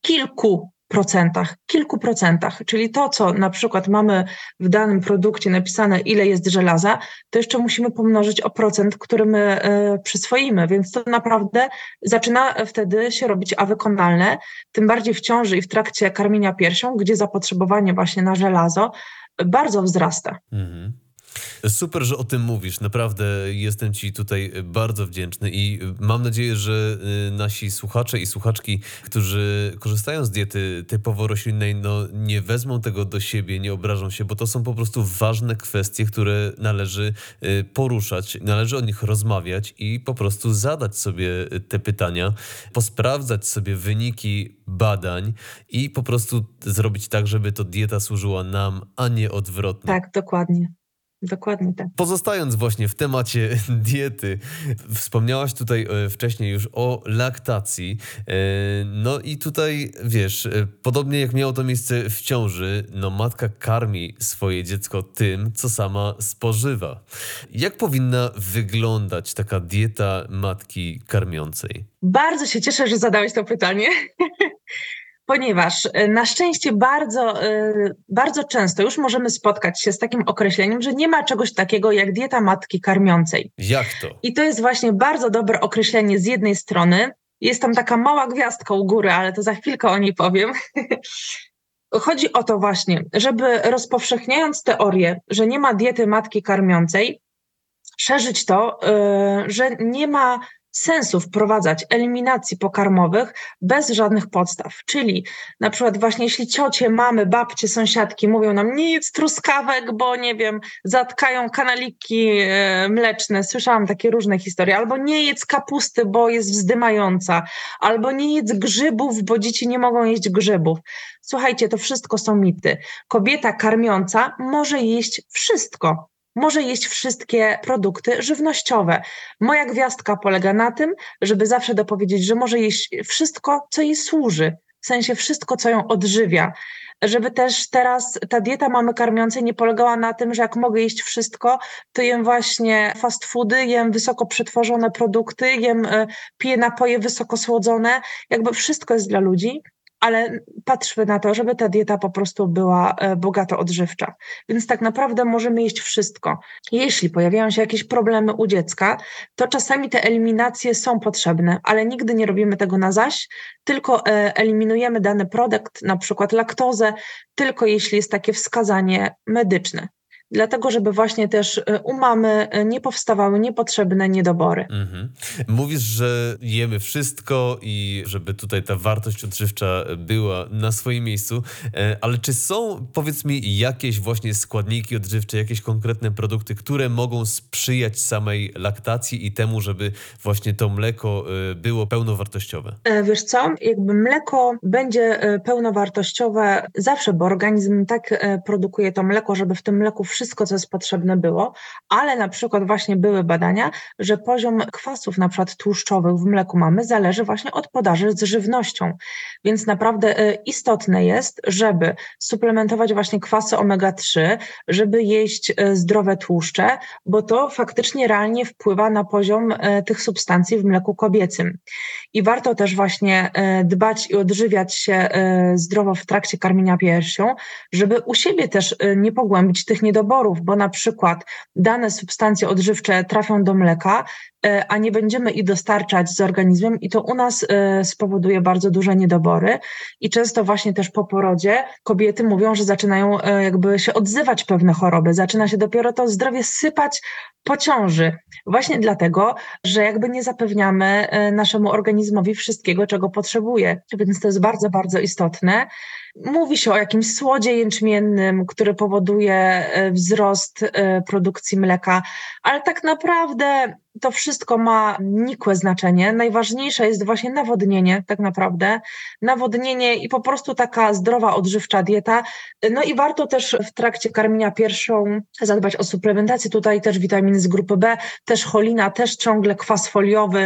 kilku procentach, czyli to, co na przykład mamy w danym produkcie napisane, ile jest żelaza, to jeszcze musimy pomnożyć o procent, który my przyswoimy, więc to naprawdę zaczyna wtedy się robić wykonalne, tym bardziej w ciąży i w trakcie karmienia piersią, gdzie zapotrzebowanie właśnie na żelazo bardzo wzrasta.
Mhm. Super, że o tym mówisz. Naprawdę jestem Ci tutaj bardzo wdzięczny i mam nadzieję, że nasi słuchacze i słuchaczki, którzy korzystają z diety typowo roślinnej, no nie wezmą tego do siebie, nie obrażą się, bo to są po prostu ważne kwestie, które należy poruszać, należy o nich rozmawiać i po prostu zadać sobie te pytania, posprawdzać sobie wyniki badań i po prostu zrobić tak, żeby to dieta służyła nam, a nie odwrotnie.
Tak, dokładnie. Dokładnie tak.
Pozostając właśnie w temacie diety, wspomniałaś tutaj wcześniej już o laktacji. No i tutaj, wiesz, podobnie jak miało to miejsce w ciąży, no matka karmi swoje dziecko tym, co sama spożywa. Jak powinna wyglądać taka dieta matki karmiącej?
Bardzo się cieszę, że zadałeś to pytanie. Ponieważ na szczęście bardzo często już możemy spotkać się z takim określeniem, że nie ma czegoś takiego jak dieta matki karmiącej.
Jak to?
I to jest właśnie bardzo dobre określenie z jednej strony. Jest tam taka mała gwiazdka u góry, ale to za chwilkę o niej powiem. Chodzi o to właśnie, żeby rozpowszechniając teorię, że nie ma diety matki karmiącej, szerzyć to, że nie ma sensu wprowadzać eliminacji pokarmowych bez żadnych podstaw. Czyli na przykład właśnie jeśli ciocie, mamy, babcie, sąsiadki mówią nam nie jedz truskawek, bo nie wiem, zatkają kanaliki mleczne. Słyszałam takie różne historie. Albo nie jedz kapusty, bo jest wzdymająca. Albo nie jedz grzybów, bo dzieci nie mogą jeść grzybów. Słuchajcie, to wszystko są mity. Kobieta karmiąca może jeść wszystko. Może jeść wszystkie produkty żywnościowe. Moja gwiazdka polega na tym, żeby zawsze dopowiedzieć, że może jeść wszystko, co jej służy. W sensie wszystko, co ją odżywia. Żeby też teraz ta dieta mamy karmiącej nie polegała na tym, że jak mogę jeść wszystko, to jem właśnie fast foody, jem wysoko przetworzone produkty, piję napoje wysoko słodzone. Jakby wszystko jest dla ludzi, ale patrzmy na to, żeby ta dieta po prostu była bogato odżywcza. Więc tak naprawdę możemy jeść wszystko. Jeśli pojawiają się jakieś problemy u dziecka, to czasami te eliminacje są potrzebne, ale nigdy nie robimy tego na zaś, tylko eliminujemy dany produkt, na przykład laktozę, tylko jeśli jest takie wskazanie medyczne. dlatego żeby właśnie też u mamy nie powstawały niepotrzebne niedobory.
Mówisz, że jemy wszystko i żeby tutaj ta wartość odżywcza była na swoim miejscu, ale czy są, powiedz mi, jakieś właśnie składniki odżywcze, jakieś konkretne produkty, które mogą sprzyjać samej laktacji i temu, żeby właśnie to mleko było pełnowartościowe?
Wiesz co, jakby mleko będzie pełnowartościowe zawsze, bo organizm tak produkuje to mleko, żeby w tym mleku wszystko, co jest potrzebne było, ale na przykład właśnie były badania, że poziom kwasów na przykład tłuszczowych w mleku mamy zależy właśnie od podaży z żywnością, więc naprawdę istotne jest, żeby suplementować właśnie kwasy omega-3, żeby jeść zdrowe tłuszcze, bo to faktycznie realnie wpływa na poziom tych substancji w mleku kobiecym. I warto też właśnie dbać i odżywiać się zdrowo w trakcie karmienia piersią, żeby u siebie też nie pogłębić tych niedoborów, bo na przykład dane substancje odżywcze trafią do mleka, a nie będziemy ich dostarczać z organizmem i to u nas spowoduje bardzo duże niedobory i często właśnie też po porodzie kobiety mówią, że zaczynają jakby się odzywać pewne choroby, zaczyna się dopiero to zdrowie sypać po ciąży. Właśnie dlatego, że jakby nie zapewniamy naszemu organizmowi wszystkiego, czego potrzebuje. Więc to jest bardzo, bardzo istotne. Mówi się o jakimś słodzie jęczmiennym, który powoduje wzrost produkcji mleka, ale tak naprawdę to wszystko ma nikłe znaczenie. Najważniejsze jest właśnie nawodnienie, tak naprawdę. Nawodnienie i po prostu taka zdrowa, odżywcza dieta. No i warto też w trakcie karmienia piersią zadbać o suplementację. Tutaj też witaminy z grupy B, też cholina, też ciągle kwas foliowy,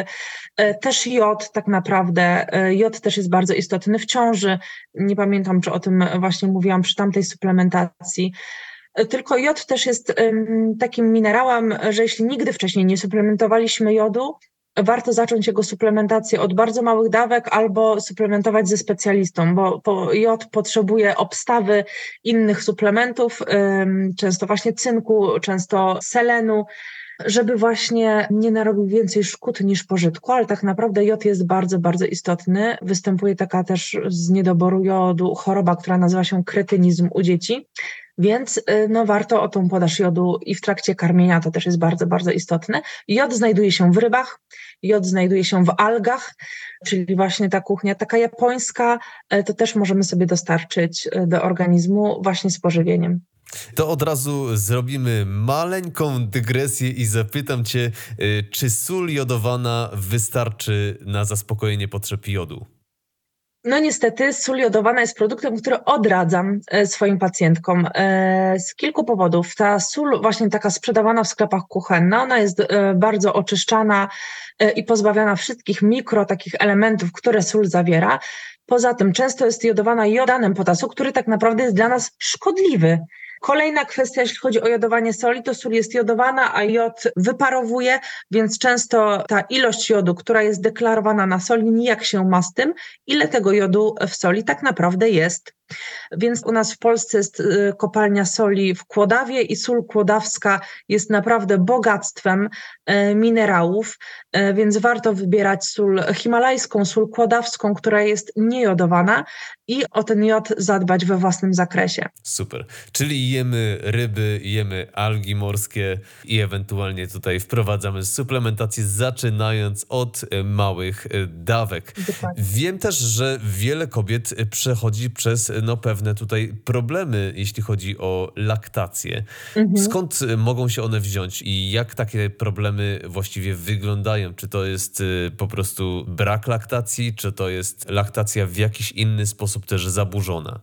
też jod tak naprawdę. Jod też jest bardzo istotny w ciąży. Nie pamiętam, czy o tym właśnie mówiłam przy tamtej suplementacji. Tylko jod też jest takim minerałem, że jeśli nigdy wcześniej nie suplementowaliśmy jodu, warto zacząć jego suplementację od bardzo małych dawek albo suplementować ze specjalistą, bo jod potrzebuje obstawy innych suplementów, często właśnie cynku, często selenu, żeby właśnie nie narobił więcej szkód niż pożytku, ale tak naprawdę jod jest bardzo, bardzo istotny. Występuje taka też z niedoboru jodu choroba, która nazywa się kretynizm u dzieci. Więc no, warto o tą podaż jodu i w trakcie karmienia, to też jest bardzo, bardzo istotne. Jod znajduje się w rybach, jod znajduje się w algach, czyli właśnie ta kuchnia taka japońska, to też możemy sobie dostarczyć do organizmu właśnie z pożywieniem.
To od razu zrobimy maleńką dygresję i zapytam cię, czy sól jodowana wystarczy na zaspokojenie potrzeb jodu?
No niestety sól jodowana jest produktem, który odradzam swoim pacjentkom z kilku powodów. Ta sól właśnie taka sprzedawana w sklepach kuchennych, ona jest bardzo oczyszczana i pozbawiona wszystkich takich elementów, które sól zawiera. Poza tym często jest jodowana jodanem potasu, który tak naprawdę jest dla nas szkodliwy. Kolejna kwestia, jeśli chodzi o jodowanie soli, to sól jest jodowana, a jod wyparowuje, więc często ta ilość jodu, która jest deklarowana na soli, nijak się ma z tym, ile tego jodu w soli tak naprawdę jest. Więc u nas w Polsce jest kopalnia soli w Kłodawie i sól kłodawska jest naprawdę bogactwem minerałów, więc warto wybierać sól himalajską, sól kłodawską, która jest niejodowana i o ten jod zadbać we własnym zakresie.
Super. Czyli jemy ryby, jemy algi morskie i ewentualnie tutaj wprowadzamy suplementację, zaczynając od małych dawek.
Dokładnie.
Wiem też, że wiele kobiet przechodzi przez pewne tutaj problemy, jeśli chodzi o laktację. Skąd mogą się one wziąć i jak takie problemy właściwie wyglądają? Czy to jest po prostu brak laktacji, czy to jest laktacja w jakiś inny sposób też zaburzona?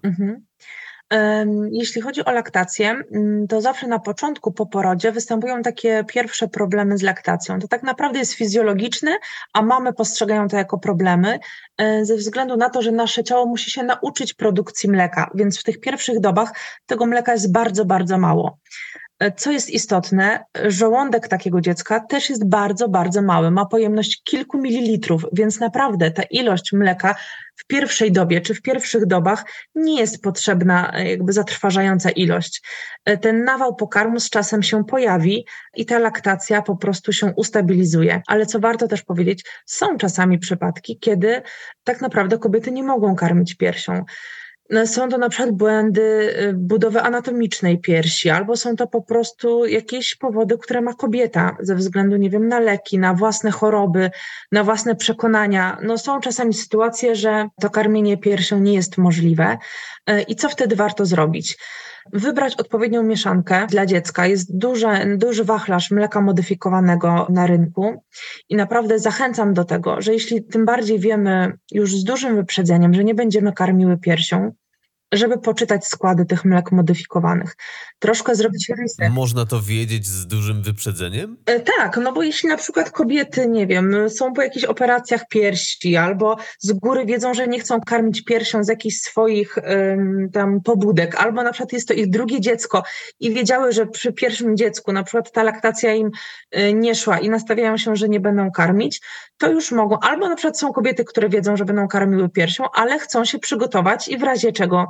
Jeśli chodzi o laktację, to zawsze na początku po porodzie występują takie pierwsze problemy z laktacją. To tak naprawdę jest fizjologiczne, a mamy postrzegają to jako problemy ze względu na to, że nasze ciało musi się nauczyć produkcji mleka, więc w tych pierwszych dobach tego mleka jest bardzo, bardzo mało. Co jest istotne, żołądek takiego dziecka też jest bardzo, bardzo mały. Ma pojemność kilku mililitrów, więc naprawdę ta ilość mleka w pierwszej dobie czy w pierwszych dobach nie jest potrzebna jakby zatrważająca ilość. Ten nawał pokarmu z czasem się pojawi i ta laktacja po prostu się ustabilizuje. Ale co warto też powiedzieć, są czasami przypadki, kiedy tak naprawdę kobiety nie mogą karmić piersią. Są to na przykład błędy budowy anatomicznej piersi, albo są to po prostu jakieś powody, które ma kobieta ze względu, nie wiem, na leki, na własne choroby, na własne przekonania. No, są czasami sytuacje, że to karmienie piersią nie jest możliwe. I co wtedy warto zrobić? Wybrać odpowiednią mieszankę dla dziecka. Jest duży wachlarz mleka modyfikowanego na rynku i naprawdę zachęcam do tego, że jeśli tym bardziej wiemy już z dużym wyprzedzeniem, że nie będziemy karmiły piersią, żeby poczytać składy tych mlek modyfikowanych. Troszkę zrobić research.
Można to wiedzieć z dużym wyprzedzeniem?
Tak, no bo jeśli na przykład kobiety, nie wiem, są po jakichś operacjach piersi albo z góry wiedzą, że nie chcą karmić piersią z jakichś swoich tam pobudek, albo na przykład jest to ich drugie dziecko i wiedziały, że przy pierwszym dziecku na przykład ta laktacja im nie szła i nastawiają się, że nie będą karmić, to już mogą. Albo na przykład są kobiety, które wiedzą, że będą karmiły piersią, ale chcą się przygotować i w razie czego,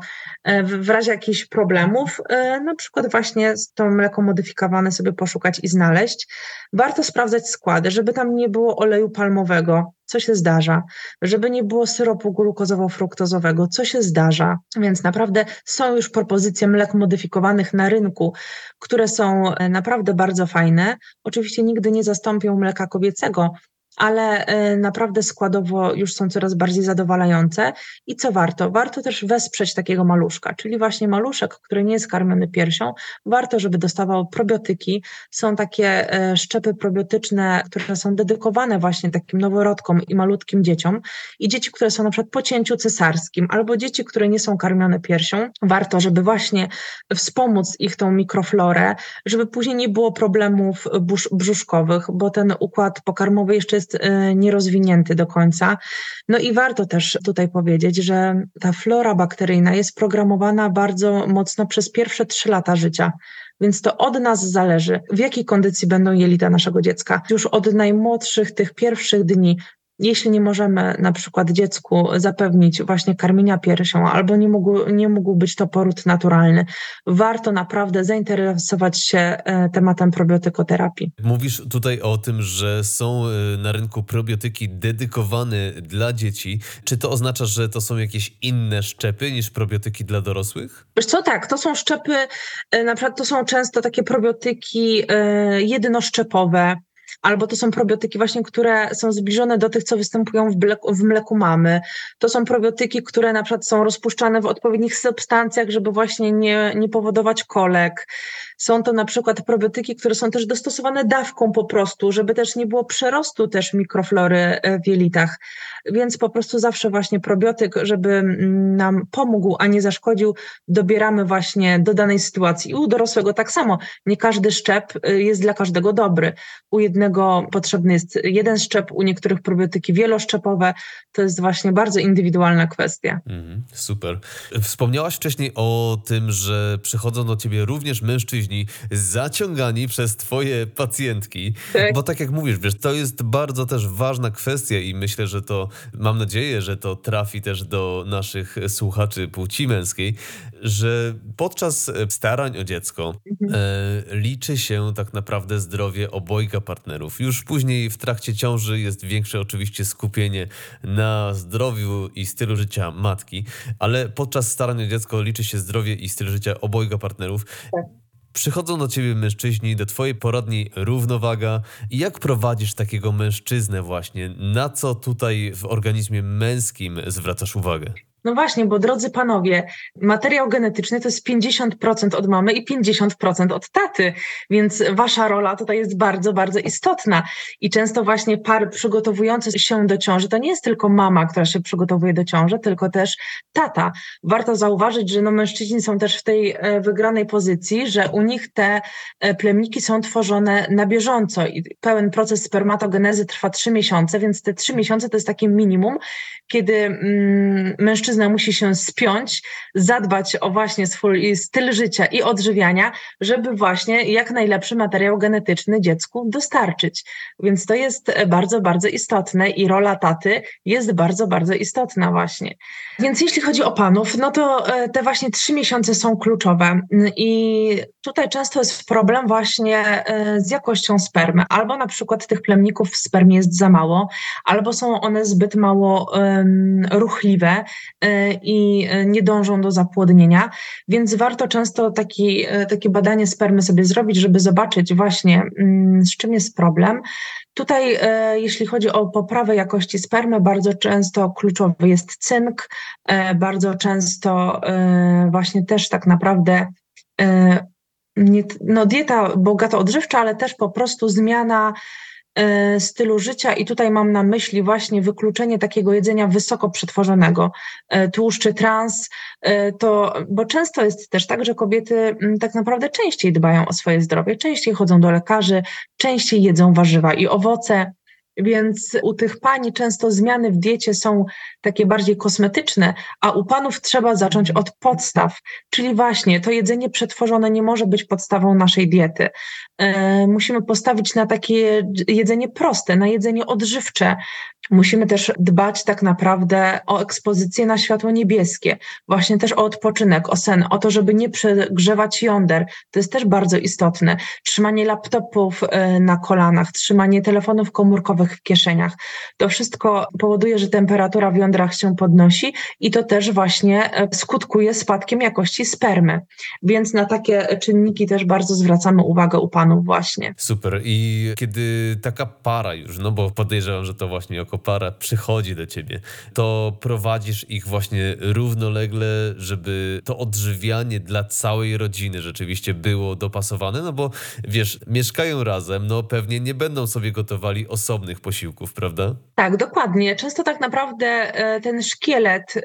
w razie jakichś problemów, na przykład właśnie to mleko modyfikowane sobie poszukać i znaleźć. Warto sprawdzać składy, żeby tam nie było oleju palmowego, co się zdarza, żeby nie było syropu glukozowo-fruktozowego, co się zdarza. Więc naprawdę są już propozycje mlek modyfikowanych na rynku, które są naprawdę bardzo fajne. Oczywiście nigdy nie zastąpią mleka kobiecego, ale naprawdę składowo już są coraz bardziej zadowalające. I co warto? Warto też wesprzeć takiego maluszka, czyli właśnie maluszek, który nie jest karmiony piersią, warto, żeby dostawał probiotyki. Są takie szczepy probiotyczne, które są dedykowane właśnie takim noworodkom i malutkim dzieciom. I dzieci, które są na przykład po cięciu cesarskim, albo dzieci, które nie są karmione piersią, warto, żeby właśnie wspomóc ich tą mikroflorę, żeby później nie było problemów brzuszkowych, bo ten układ pokarmowy jeszcze jest nierozwinięty do końca. No i warto też tutaj powiedzieć, że ta flora bakteryjna jest programowana bardzo mocno przez pierwsze 3 lata życia. Więc to od nas zależy, w jakiej kondycji będą jelita naszego dziecka. Już od najmłodszych, tych pierwszych dni, jeśli nie możemy na przykład dziecku zapewnić właśnie karmienia piersią, albo nie mógł być to poród naturalny, warto naprawdę zainteresować się tematem probiotykoterapii.
Mówisz tutaj o tym, że są na rynku probiotyki dedykowane dla dzieci. Czy to oznacza, że to są jakieś inne szczepy niż probiotyki dla dorosłych?
Wiesz co, tak, to są szczepy, na przykład to są często takie probiotyki jednoszczepowe, albo to są probiotyki właśnie, które są zbliżone do tych, co występują w mleku mamy. To są probiotyki, które na przykład są rozpuszczane w odpowiednich substancjach, żeby właśnie nie powodować kolek. Są to na przykład probiotyki, które są też dostosowane dawką po prostu, żeby też nie było przerostu też mikroflory w jelitach. Więc po prostu zawsze właśnie probiotyk, żeby nam pomógł, a nie zaszkodził, dobieramy właśnie do danej sytuacji. I u dorosłego tak samo. Nie każdy szczep jest dla każdego dobry. U jednego potrzebny jest jeden szczep, u niektórych probiotyki wieloszczepowe. To jest właśnie bardzo indywidualna kwestia.
Super. Wspomniałaś wcześniej o tym, że przychodzą do ciebie również mężczyźni zaciągani przez twoje pacjentki,
Tak.
bo tak jak mówisz, wiesz, to jest bardzo też ważna kwestia i myślę, że to, mam nadzieję, że to trafi też do naszych słuchaczy płci męskiej, że podczas starań o dziecko liczy się tak naprawdę zdrowie obojga partnerów. Już później w trakcie ciąży jest większe oczywiście skupienie na zdrowiu i stylu życia matki, ale podczas starań o dziecko liczy się zdrowie i styl życia obojga partnerów.
Tak.
Przychodzą do ciebie mężczyźni, do twojej poradni Równowaga. I jak prowadzisz takiego mężczyznę właśnie? Na co tutaj w organizmie męskim zwracasz uwagę?
No właśnie, bo drodzy panowie, materiał genetyczny to jest 50% od mamy i 50% od taty, więc wasza rola tutaj jest bardzo, bardzo istotna. I często właśnie pary przygotowujące się do ciąży, to nie jest tylko mama, która się przygotowuje do ciąży, tylko też tata. Warto zauważyć, że mężczyźni są też w tej wygranej pozycji, że u nich te plemniki są tworzone na bieżąco i pełen proces spermatogenezy trwa 3 miesiące, więc te 3 miesiące to jest takie minimum, kiedy mężczyzna musi się spiąć, zadbać o właśnie swój styl życia i odżywiania, żeby właśnie jak najlepszy materiał genetyczny dziecku dostarczyć. Więc to jest bardzo, bardzo istotne i rola taty jest bardzo, bardzo istotna właśnie. Więc jeśli chodzi o panów, no to te właśnie 3 miesiące są kluczowe i tutaj często jest problem właśnie z jakością spermy. Albo na przykład tych plemników w spermie jest za mało, albo są one zbyt mało ruchliwe, i nie dążą do zapłodnienia, więc warto często takie badanie spermy sobie zrobić, żeby zobaczyć właśnie, z czym jest problem. Tutaj, jeśli chodzi o poprawę jakości spermy, bardzo często kluczowy jest cynk, bardzo często właśnie też tak naprawdę dieta bogato odżywcza, ale też po prostu zmiana stylu życia i tutaj mam na myśli właśnie wykluczenie takiego jedzenia wysoko przetworzonego, tłuszczy trans, bo często jest też tak, że kobiety tak naprawdę częściej dbają o swoje zdrowie, częściej chodzą do lekarzy, częściej jedzą warzywa i owoce, więc u tych pań często zmiany w diecie są takie bardziej kosmetyczne, a u panów trzeba zacząć od podstaw, czyli właśnie to jedzenie przetworzone nie może być podstawą naszej diety. Musimy postawić na takie jedzenie proste, na jedzenie odżywcze. Musimy też dbać tak naprawdę o ekspozycję na światło niebieskie, właśnie też o odpoczynek, o sen, o to, żeby nie przegrzewać jąder. To jest też bardzo istotne. Trzymanie laptopów na kolanach, trzymanie telefonów komórkowych w kieszeniach. To wszystko powoduje, że temperatura w jądrach się podnosi i to też właśnie skutkuje spadkiem jakości spermy. Więc na takie czynniki też bardzo zwracamy uwagę u panów właśnie.
Super. I kiedy taka para już, no bo podejrzewam, że to właśnie jako para przychodzi do ciebie, to prowadzisz ich właśnie równolegle, żeby to odżywianie dla całej rodziny rzeczywiście było dopasowane, no bo wiesz, mieszkają razem, no pewnie nie będą sobie gotowali osobnych posiłków, prawda?
Tak, dokładnie. Często tak naprawdę ten szkielet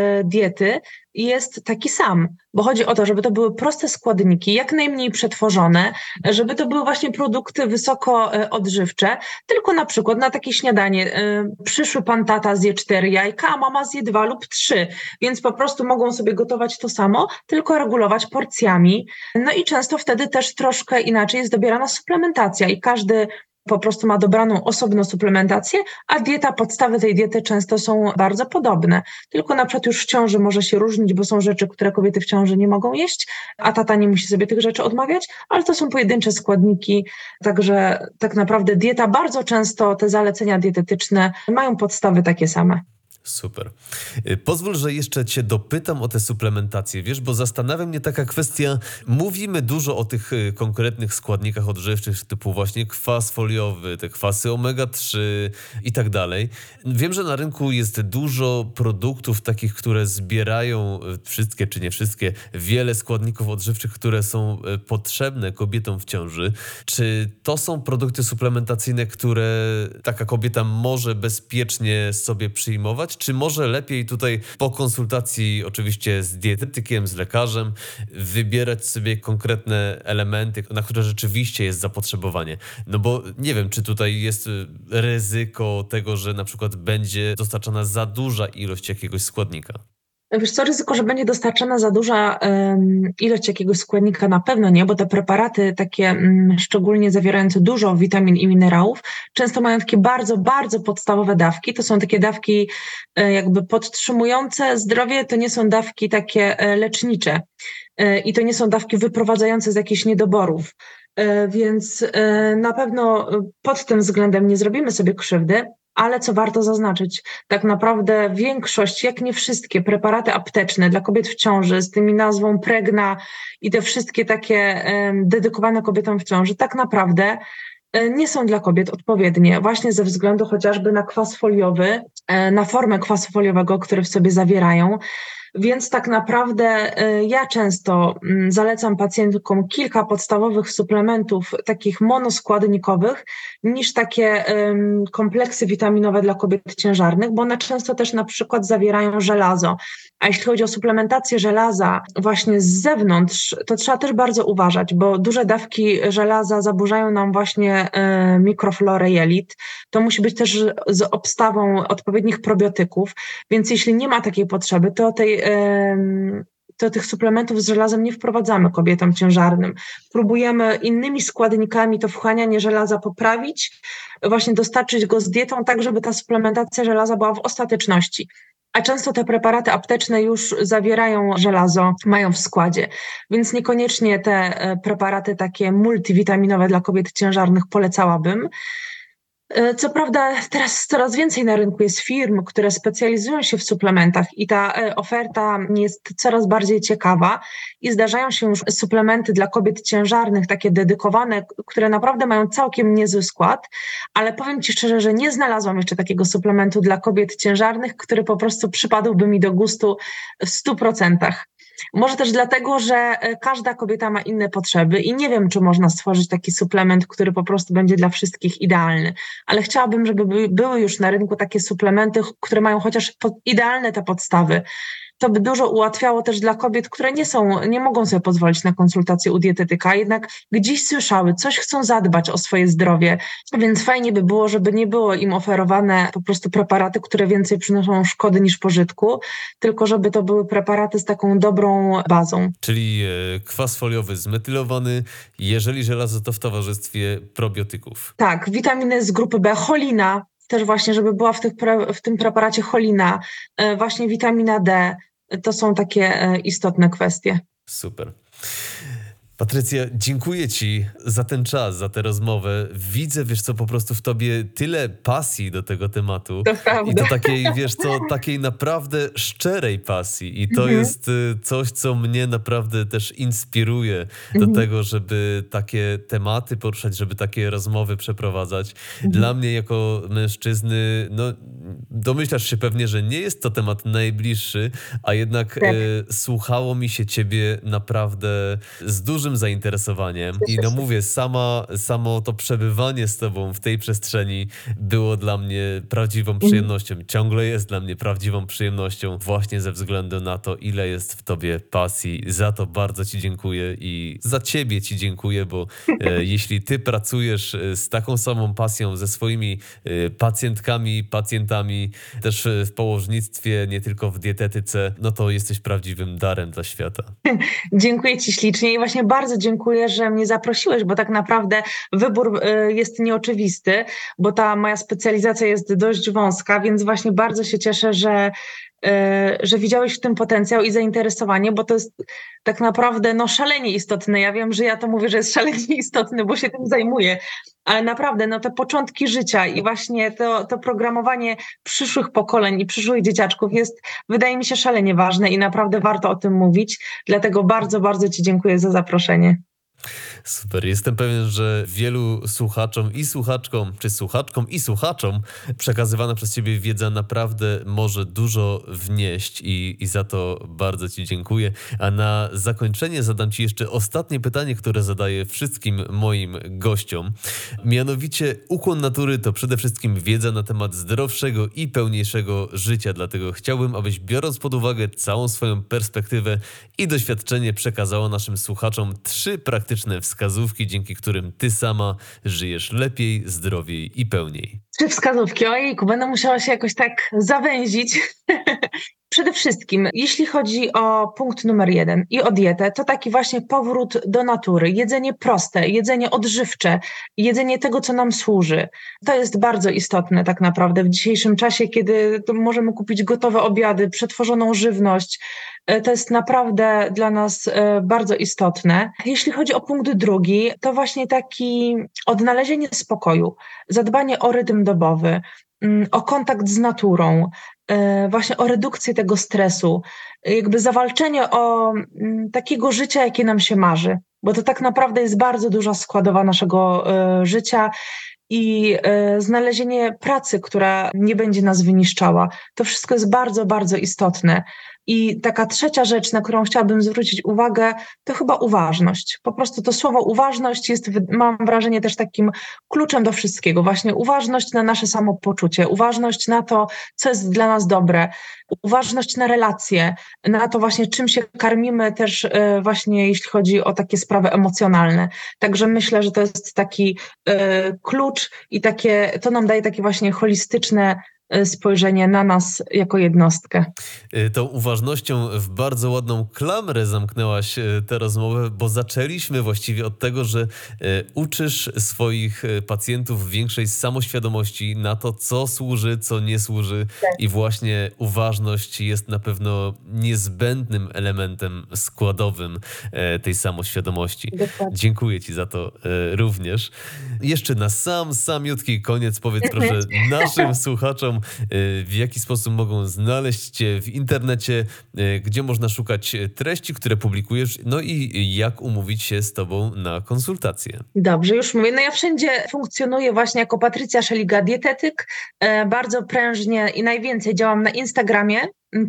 diety jest taki sam, bo chodzi o to, żeby to były proste składniki, jak najmniej przetworzone, żeby to były właśnie produkty wysoko odżywcze, tylko na przykład na takie śniadanie przyszły pan tata zje 4 jajka, a mama zje 2 lub 3, więc po prostu mogą sobie gotować to samo, tylko regulować porcjami. No i często wtedy też troszkę inaczej jest dobierana suplementacja i każdy po prostu ma dobraną osobną suplementację, a podstawy tej diety często są bardzo podobne. Tylko na przykład już w ciąży może się różnić, bo są rzeczy, które kobiety w ciąży nie mogą jeść, a tata nie musi sobie tych rzeczy odmawiać, ale to są pojedyncze składniki, także tak naprawdę dieta, bardzo często te zalecenia dietetyczne mają podstawy takie same.
Super. Pozwól, że jeszcze cię dopytam o tę suplementację, wiesz, bo zastanawia mnie taka kwestia, mówimy dużo o tych konkretnych składnikach odżywczych, typu właśnie kwas foliowy, te kwasy omega-3 i tak dalej. Wiem, że na rynku jest dużo produktów takich, które zbierają wszystkie, czy nie wszystkie, wiele składników odżywczych, które są potrzebne kobietom w ciąży. Czy to są produkty suplementacyjne, które taka kobieta może bezpiecznie sobie przyjmować? Czy może lepiej tutaj po konsultacji oczywiście z dietetykiem, z lekarzem wybierać sobie konkretne elementy, na które rzeczywiście jest zapotrzebowanie? No bo nie wiem, czy tutaj jest ryzyko tego, że na przykład będzie dostarczana za duża ilość jakiegoś składnika.
Wiesz co, ryzyko, że będzie dostarczana za duża ilość jakiegoś składnika na pewno nie, bo te preparaty takie szczególnie zawierające dużo witamin i minerałów często mają takie bardzo, bardzo podstawowe dawki. To są takie dawki jakby podtrzymujące zdrowie, to nie są dawki takie lecznicze i to nie są dawki wyprowadzające z jakichś niedoborów. Więc na pewno pod tym względem nie zrobimy sobie krzywdy. Ale co warto zaznaczyć, tak naprawdę większość, jak nie wszystkie preparaty apteczne dla kobiet w ciąży z tymi nazwą Pregna i te wszystkie takie dedykowane kobietom w ciąży, tak naprawdę nie są dla kobiet odpowiednie, właśnie ze względu chociażby na kwas foliowy, na formę kwasu foliowego, który w sobie zawierają. Więc tak naprawdę ja często zalecam pacjentkom kilka podstawowych suplementów takich monoskładnikowych niż takie kompleksy witaminowe dla kobiet ciężarnych, bo one często też na przykład zawierają żelazo. A jeśli chodzi o suplementację żelaza właśnie z zewnątrz, to trzeba też bardzo uważać, bo duże dawki żelaza zaburzają nam właśnie mikroflorę jelit. To musi być też z obstawą odpowiednich probiotyków, więc jeśli nie ma takiej potrzeby, to tych suplementów z żelazem nie wprowadzamy kobietom ciężarnym. Próbujemy innymi składnikami to wchłanianie żelaza poprawić, właśnie dostarczyć go z dietą tak, żeby ta suplementacja żelaza była w ostateczności. A często te preparaty apteczne już zawierają żelazo, mają w składzie, więc niekoniecznie te preparaty takie multivitaminowe dla kobiet ciężarnych polecałabym. Co prawda teraz coraz więcej na rynku jest firm, które specjalizują się w suplementach i ta oferta jest coraz bardziej ciekawa i zdarzają się już suplementy dla kobiet ciężarnych, takie dedykowane, które naprawdę mają całkiem niezły skład, ale powiem Ci szczerze, że nie znalazłam jeszcze takiego suplementu dla kobiet ciężarnych, który po prostu przypadłby mi do gustu w 100%. Może też dlatego, że każda kobieta ma inne potrzeby i nie wiem, czy można stworzyć taki suplement, który po prostu będzie dla wszystkich idealny, ale chciałabym, żeby były już na rynku takie suplementy, które mają chociaż idealne te podstawy. To by dużo ułatwiało też dla kobiet, które nie mogą sobie pozwolić na konsultację u dietetyka, jednak gdzieś słyszały, coś chcą zadbać o swoje zdrowie, więc fajnie by było, żeby nie było im oferowane po prostu preparaty, które więcej przynoszą szkody niż pożytku, tylko żeby to były preparaty z taką dobrą bazą.
Czyli kwas foliowy zmetylowany, jeżeli żelazo, to w towarzystwie probiotyków.
Tak, witaminy z grupy B, cholina, też właśnie, żeby była w tym preparacie cholina, właśnie witamina D, to są takie istotne kwestie.
Super. Patrycja, dziękuję Ci za ten czas, za tę rozmowę. Widzę, wiesz co, po prostu w Tobie tyle pasji do tego tematu.
To prawda.
I to takiej, wiesz co, takiej naprawdę szczerej pasji. I to jest coś, co mnie naprawdę też inspiruje do tego, żeby takie tematy poruszać, żeby takie rozmowy przeprowadzać. Dla mnie jako mężczyzny, no domyślasz się pewnie, że nie jest to temat najbliższy, a jednak
Tak.
słuchało mi się Ciebie naprawdę z dużym zainteresowaniem i no mówię, samo to przebywanie z tobą w tej przestrzeni było dla mnie prawdziwą przyjemnością. Ciągle jest dla mnie prawdziwą przyjemnością właśnie ze względu na to, ile jest w tobie pasji. Za to bardzo ci dziękuję i za ciebie ci dziękuję, bo jeśli ty pracujesz z taką samą pasją ze swoimi pacjentkami, pacjentami, też w położnictwie, nie tylko w dietetyce, no to jesteś prawdziwym darem dla świata.
Dziękuję Ci ślicznie i właśnie bardzo dziękuję, że mnie zaprosiłeś, bo tak naprawdę wybór jest nieoczywisty, bo ta moja specjalizacja jest dość wąska, więc właśnie bardzo się cieszę, że widziałeś w tym potencjał i zainteresowanie, bo to jest tak naprawdę no, szalenie istotne. Ja wiem, że ja to mówię, że jest szalenie istotny, bo się tym zajmuję, ale naprawdę no, te początki życia i właśnie to programowanie przyszłych pokoleń i przyszłych dzieciaczków jest, wydaje mi się, szalenie ważne i naprawdę warto o tym mówić. Dlatego bardzo, bardzo Ci dziękuję za zaproszenie.
Super. Jestem pewien, że wielu słuchaczom i słuchaczkom, czy słuchaczkom i słuchaczom przekazywana przez ciebie wiedza naprawdę może dużo wnieść i za to bardzo ci dziękuję. A na zakończenie zadam ci jeszcze ostatnie pytanie, które zadaję wszystkim moim gościom. Mianowicie ukłon natury to przede wszystkim wiedza na temat zdrowszego i pełniejszego życia. Dlatego chciałbym, abyś biorąc pod uwagę całą swoją perspektywę i doświadczenie przekazała naszym słuchaczom 3 praktyczne wskazówki, dzięki którym ty sama żyjesz lepiej, zdrowiej i pełniej.
3 wskazówki. Ojejku, będę musiała się jakoś tak zawęzić. Przede wszystkim, jeśli chodzi o punkt numer 1 i o dietę, to taki właśnie powrót do natury. Jedzenie proste, jedzenie odżywcze, jedzenie tego, co nam służy. To jest bardzo istotne tak naprawdę w dzisiejszym czasie, kiedy możemy kupić gotowe obiady, przetworzoną żywność. To jest naprawdę dla nas bardzo istotne. Jeśli chodzi o punkt drugi, to właśnie taki odnalezienie spokoju, zadbanie o rytm dobowy, o kontakt z naturą, właśnie o redukcję tego stresu, jakby zawalczenie o takiego życia, jakie nam się marzy, bo to tak naprawdę jest bardzo duża składowa naszego życia i znalezienie pracy, która nie będzie nas wyniszczała. To wszystko jest bardzo, bardzo istotne. I taka trzecia rzecz, na którą chciałabym zwrócić uwagę, to chyba uważność. Po prostu to słowo uważność jest, mam wrażenie, też takim kluczem do wszystkiego. Właśnie uważność na nasze samopoczucie, uważność na to, co jest dla nas dobre, uważność na relacje, na to właśnie, czym się karmimy też właśnie jeśli chodzi o takie sprawy emocjonalne. Także myślę, że to jest taki klucz i to nam daje takie właśnie holistyczne spojrzenie na nas jako jednostkę.
Tą uważnością w bardzo ładną klamrę zamknęłaś tę rozmowę, bo zaczęliśmy właściwie od tego, że uczysz swoich pacjentów większej samoświadomości na to, co służy, co nie służy i właśnie uważność jest na pewno niezbędnym elementem składowym tej samoświadomości.
Dokładnie.
Dziękuję Ci za to również. Jeszcze na samiutki koniec powiedz proszę naszym słuchaczom, w jaki sposób mogą znaleźć Cię w internecie, gdzie można szukać treści, które publikujesz, no i jak umówić się z Tobą na konsultację.
Dobrze, już mówię. No ja wszędzie funkcjonuję właśnie jako Patrycja Szeliga, dietetyk. Bardzo prężnie i najwięcej działam na Instagramie,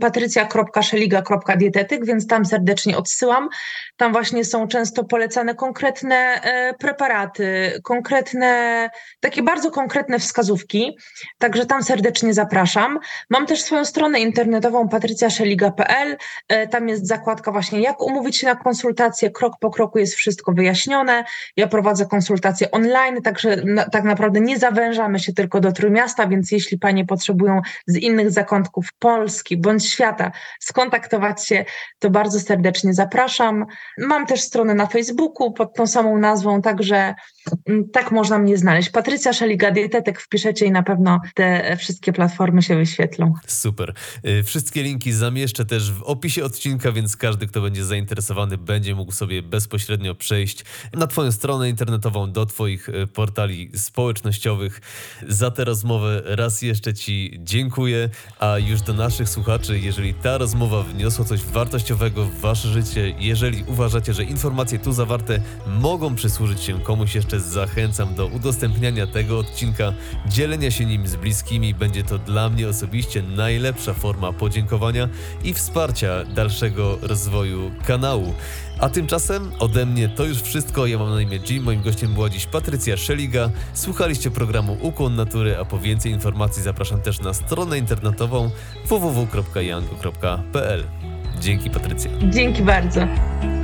patrycja.szeliga.dietetyk, więc tam serdecznie odsyłam. Tam właśnie są często polecane konkretne preparaty, takie bardzo konkretne wskazówki, także tam serdecznie zapraszam. Mam też swoją stronę internetową patrycjaszeliga.pl, tam jest zakładka właśnie jak umówić się na konsultację, krok po kroku jest wszystko wyjaśnione. Ja prowadzę konsultacje online, także tak naprawdę nie zawężamy się tylko do Trójmiasta, więc jeśli Panie potrzebują z innych zakątków Polski bądź świata skontaktować się, to bardzo serdecznie zapraszam. Mam też stronę na Facebooku pod tą samą nazwą, także tak można mnie znaleźć. Patrycja Szeliga, dietetyk, wpiszecie i na pewno te wszystkie platformy się wyświetlą.
Super. Wszystkie linki zamieszczę też w opisie odcinka, więc każdy, kto będzie zainteresowany, będzie mógł sobie bezpośrednio przejść na Twoją stronę internetową, do Twoich portali społecznościowych. Za tę rozmowę raz jeszcze Ci dziękuję, a już do naszych słuchaczy, jeżeli ta rozmowa wniosła coś wartościowego w Wasze życie, jeżeli uważacie, że informacje tu zawarte mogą przysłużyć się komuś jeszcze, zachęcam do udostępniania tego odcinka, dzielenia się nim z bliskimi. Będzie to dla mnie osobiście najlepsza forma podziękowania i wsparcia dalszego rozwoju kanału. A tymczasem ode mnie to już wszystko. Ja mam na imię Jim, moim gościem była dziś Patrycja Szeliga. Słuchaliście programu Ukłon Natury, a po więcej informacji zapraszam też na stronę internetową www.yango.pl. Dzięki, Patrycja.
Dzięki bardzo.